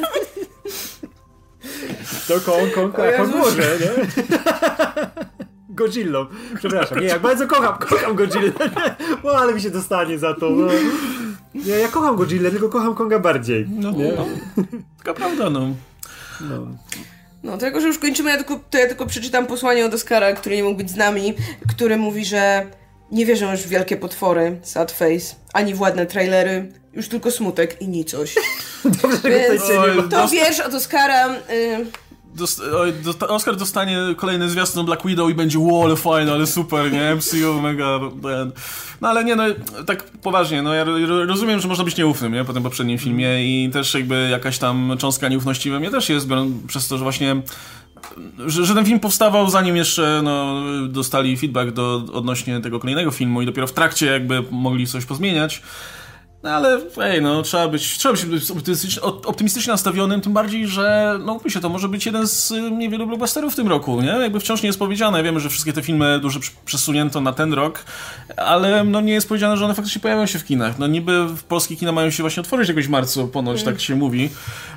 [SPEAKER 3] To Kong, Kong, a Kong może, nie? Godzillą. Przepraszam. Nie, jak bardzo kocham, kocham Godzillę. O, ale mi się dostanie za to. No. Nie, ja kocham Godzillę, tylko kocham Konga bardziej.
[SPEAKER 1] No, nie? No. Taka prawda, no.
[SPEAKER 2] No. No, to jako, że już kończymy, ja tylko, to ja tylko przeczytam posłanie od Oscara, który nie mógł być z nami, który mówi, że nie wierzę już w wielkie potwory, sad face, ani w ładne trailery, już tylko smutek i nicość.
[SPEAKER 3] Dobrze, że
[SPEAKER 2] Więc,
[SPEAKER 3] nie ma.
[SPEAKER 2] to wiersz od Oscara... Y
[SPEAKER 1] Dost, dosta, Oscar dostanie kolejny zwiastun Black Widow i będzie wow, ale fajne, ale super, nie? M C U, mega... Ten. No ale nie, no tak poważnie, no ja rozumiem, że można być nieufnym, nie? Po tym poprzednim filmie i też jakby jakaś tam cząstka nieufności we mnie też jest, przez to, że właśnie... Że, że ten film powstawał zanim jeszcze no, dostali feedback do, odnośnie tego kolejnego filmu i dopiero w trakcie jakby mogli coś pozmieniać. No ale ej, no trzeba być, trzeba być optymistycznie, optymistycznie nastawionym, tym bardziej, że no myślę, to może być jeden z niewielu blockbusterów w tym roku, nie? Jakby wciąż nie jest powiedziane, wiemy, że wszystkie te filmy dużo przesunięto na ten rok, ale no nie jest powiedziane, że one faktycznie pojawią się w kinach. No niby w polskie kina mają się właśnie otworzyć jakoś w marcu, ponoć mm. tak się mówi.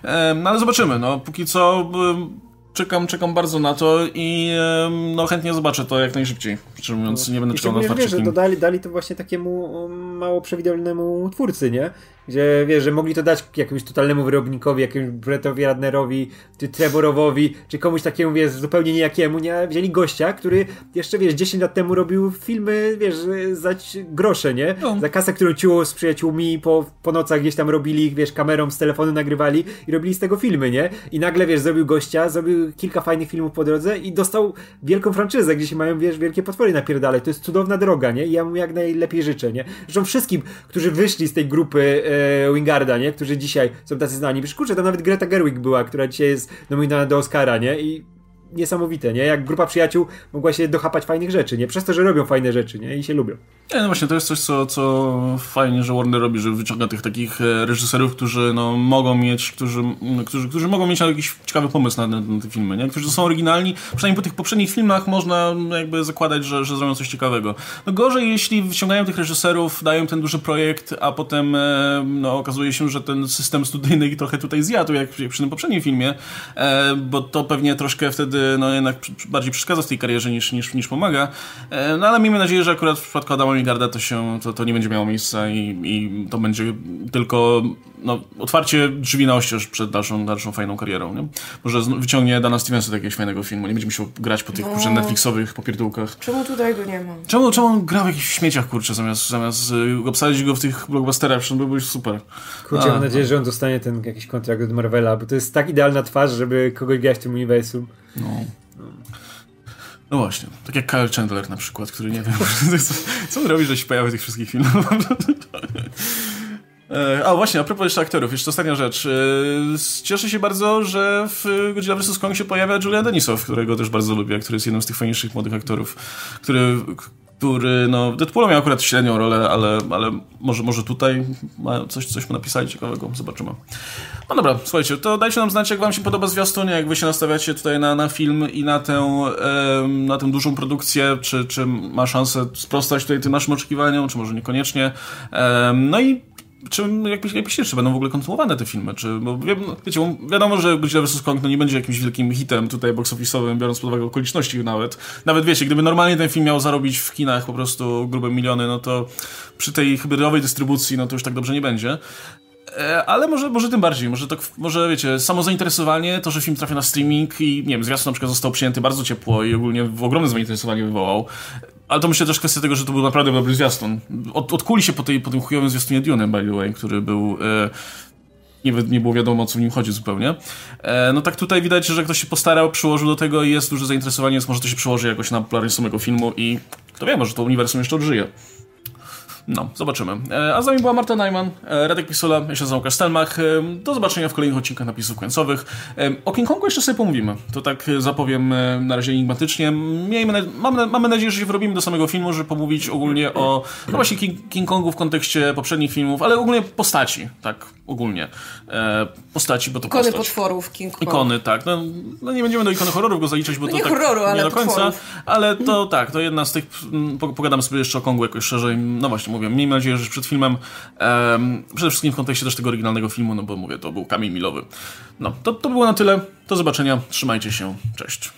[SPEAKER 1] No ale zobaczymy, no póki co... Czekam, czekam bardzo na to i no chętnie zobaczę to jak najszybciej. Szczerze mówiąc, nie będę czekał na otwarcie.
[SPEAKER 3] Wiesz, że to dali, dali to właśnie takiemu mało przewidywalnemu twórcy, nie? Gdzie, wiesz, że mogli to dać jakiemuś totalnemu wyrobinnikowi, jakiemuś Brettowi Radnerowi, czy Trevorowi, czy komuś takiemu, wiesz, zupełnie nijakiemu, nie? Wzięli gościa, który jeszcze, wiesz, dziesięć lat temu robił filmy, wiesz, za grosze, nie? No. Za kasę, którą ciuło z przyjaciółmi po, po nocach gdzieś tam robili, wiesz, kamerą z telefonu nagrywali i robili z tego filmy, nie? I nagle, wiesz, zrobił gościa, zrobił kilka fajnych filmów po drodze i dostał wielką franczyzę, gdzie się mają, wiesz, wielkie potwory napierdalać. To jest cudowna droga, nie? I ja mu jak najlepiej życzę, nie? Zresztą wszystkim, którzy wyszli z tej grupy e, Wingarda, nie? Którzy dzisiaj są tacy znani. Wiesz, kurczę, tam nawet Greta Gerwig była, która dzisiaj jest nominowana do Oscara, nie? I niesamowite, nie? Jak grupa przyjaciół mogła się dochapać fajnych rzeczy, nie? Przez to, że robią fajne rzeczy, nie? I się lubią.
[SPEAKER 1] Nie, no właśnie, to jest coś, co, co fajnie, że Warner robi, że wyciąga tych takich reżyserów, którzy no, mogą mieć, którzy, którzy, którzy mogą mieć jakiś ciekawy pomysł na, na, na te filmy, nie? Którzy są oryginalni. Przynajmniej po tych poprzednich filmach można jakby zakładać, że, że zrobią coś ciekawego. No gorzej, jeśli wyciągają tych reżyserów, dają ten duży projekt, a potem no, okazuje się, że ten system studyjny trochę tutaj zjadł, jak przy tym poprzednim filmie, bo to pewnie troszkę wtedy no jednak bardziej przeszkadza w tej karierze niż, niż, niż pomaga. No ale miejmy nadzieję, że akurat w przypadku Adama Wingarda to się to, to nie będzie miało miejsca i, i to będzie tylko no, otwarcie drzwi na oścież przed dalszą, dalszą fajną karierą. Nie? Może wyciągnie Dana Stevensa do jakiegoś fajnego filmu. Nie będziemy się grać po tych no. kurczę Netflixowych popierdółkach.
[SPEAKER 2] Czemu tutaj go nie ma?
[SPEAKER 1] Czemu, czemu on gra w jakichś śmieciach, kurczę, zamiast, zamiast obsadzić go w tych blockbusterach? Przecież byłby super.
[SPEAKER 3] Kurczę, mam nadzieję, że on dostanie ten jakiś kontrakt od Marvela, bo to jest tak idealna twarz, żeby kogoś grać w tym uniwersum.
[SPEAKER 1] No. No. No właśnie, tak jak Kyle Chandler na przykład, który nie wiem, co on robi, że się pojawia w tych wszystkich filmach. A właśnie, a propos jeszcze aktorów, jeszcze ostatnia rzecz. Cieszę się bardzo, że w Godzilla versus. Kong się pojawia Julian Denisow, którego też bardzo lubię, który jest jednym z tych fajniejszych młodych aktorów, który który, no, w Deadpoolu miał akurat średnią rolę, ale, ale może, może tutaj ma coś, coś mu napisali ciekawego, zobaczymy. No dobra, słuchajcie, to dajcie nam znać, jak wam się podoba zwiastun, jak wy się nastawiacie tutaj na, na film i na tę, e, na tę dużą produkcję, czy, czy ma szansę sprostać tutaj tym naszym oczekiwaniom, czy może niekoniecznie. E, no i czy, jak, jak myślicie, czy będą w ogóle kontynuowane te filmy? Czy, bo wie, wiecie, wiadomo, że Godzilla versus. Kong no nie będzie jakimś wielkim hitem tutaj box office'owym, biorąc pod uwagę okoliczności nawet. Nawet wiecie, gdyby normalnie ten film miał zarobić w kinach po prostu grube miliony, no to przy tej hybrydowej dystrybucji, no to już tak dobrze nie będzie. Ale może, może tym bardziej, może, to, może wiecie, samo zainteresowanie, to, że film trafia na streaming i nie wiem, zwiastun na przykład został przyjęty bardzo ciepło i ogólnie ogromne zainteresowanie wywołał. Ale to myślę też kwestia tego, że to był naprawdę dobry zwiastun. Od, odkuli się po, tej, po tym chujowym zwiastunie Dune, by the way, który był... E, nie, nie było wiadomo, o co w nim chodzi zupełnie. E, no tak tutaj widać, że ktoś się postarał, przyłożył do tego i jest duże zainteresowanie, więc może to się przełoży jakoś na popularność samego filmu i kto wie, może to uniwersum jeszcze odżyje. No, zobaczymy. E, a z nami była Marta Najman, e, Radek Pisula, ja się nazywam Łukasz Stelmach. E, do zobaczenia w kolejnych odcinkach napisów końcowych. E, o King Kongu jeszcze sobie pomówimy. To tak zapowiem e, na razie enigmatycznie. Miejmy na, mamy, mamy nadzieję, że się wyrobimy do samego filmu, żeby pomówić ogólnie o no właśnie King, King Kongu w kontekście poprzednich filmów, ale ogólnie postaci, tak, ogólnie. E, postaci, bo to
[SPEAKER 2] Ikony
[SPEAKER 1] postać.
[SPEAKER 2] potworów King Kong.
[SPEAKER 1] Ikony, tak. No, no nie będziemy do ikony horrorów go zaliczać, bo
[SPEAKER 2] no
[SPEAKER 1] to
[SPEAKER 2] nie
[SPEAKER 1] tak
[SPEAKER 2] horroru, ale
[SPEAKER 1] nie do końca.
[SPEAKER 2] potworów.
[SPEAKER 1] Ale to tak, to jedna z tych... Pogadamy sobie jeszcze o Kongu jakoś szerzej. No właśnie, mówię, miejmy nadzieję, że przed filmem, um, przede wszystkim w kontekście też tego oryginalnego filmu, no bo mówię, to był kamień milowy. No, to, to było na tyle. Do zobaczenia. Trzymajcie się. Cześć.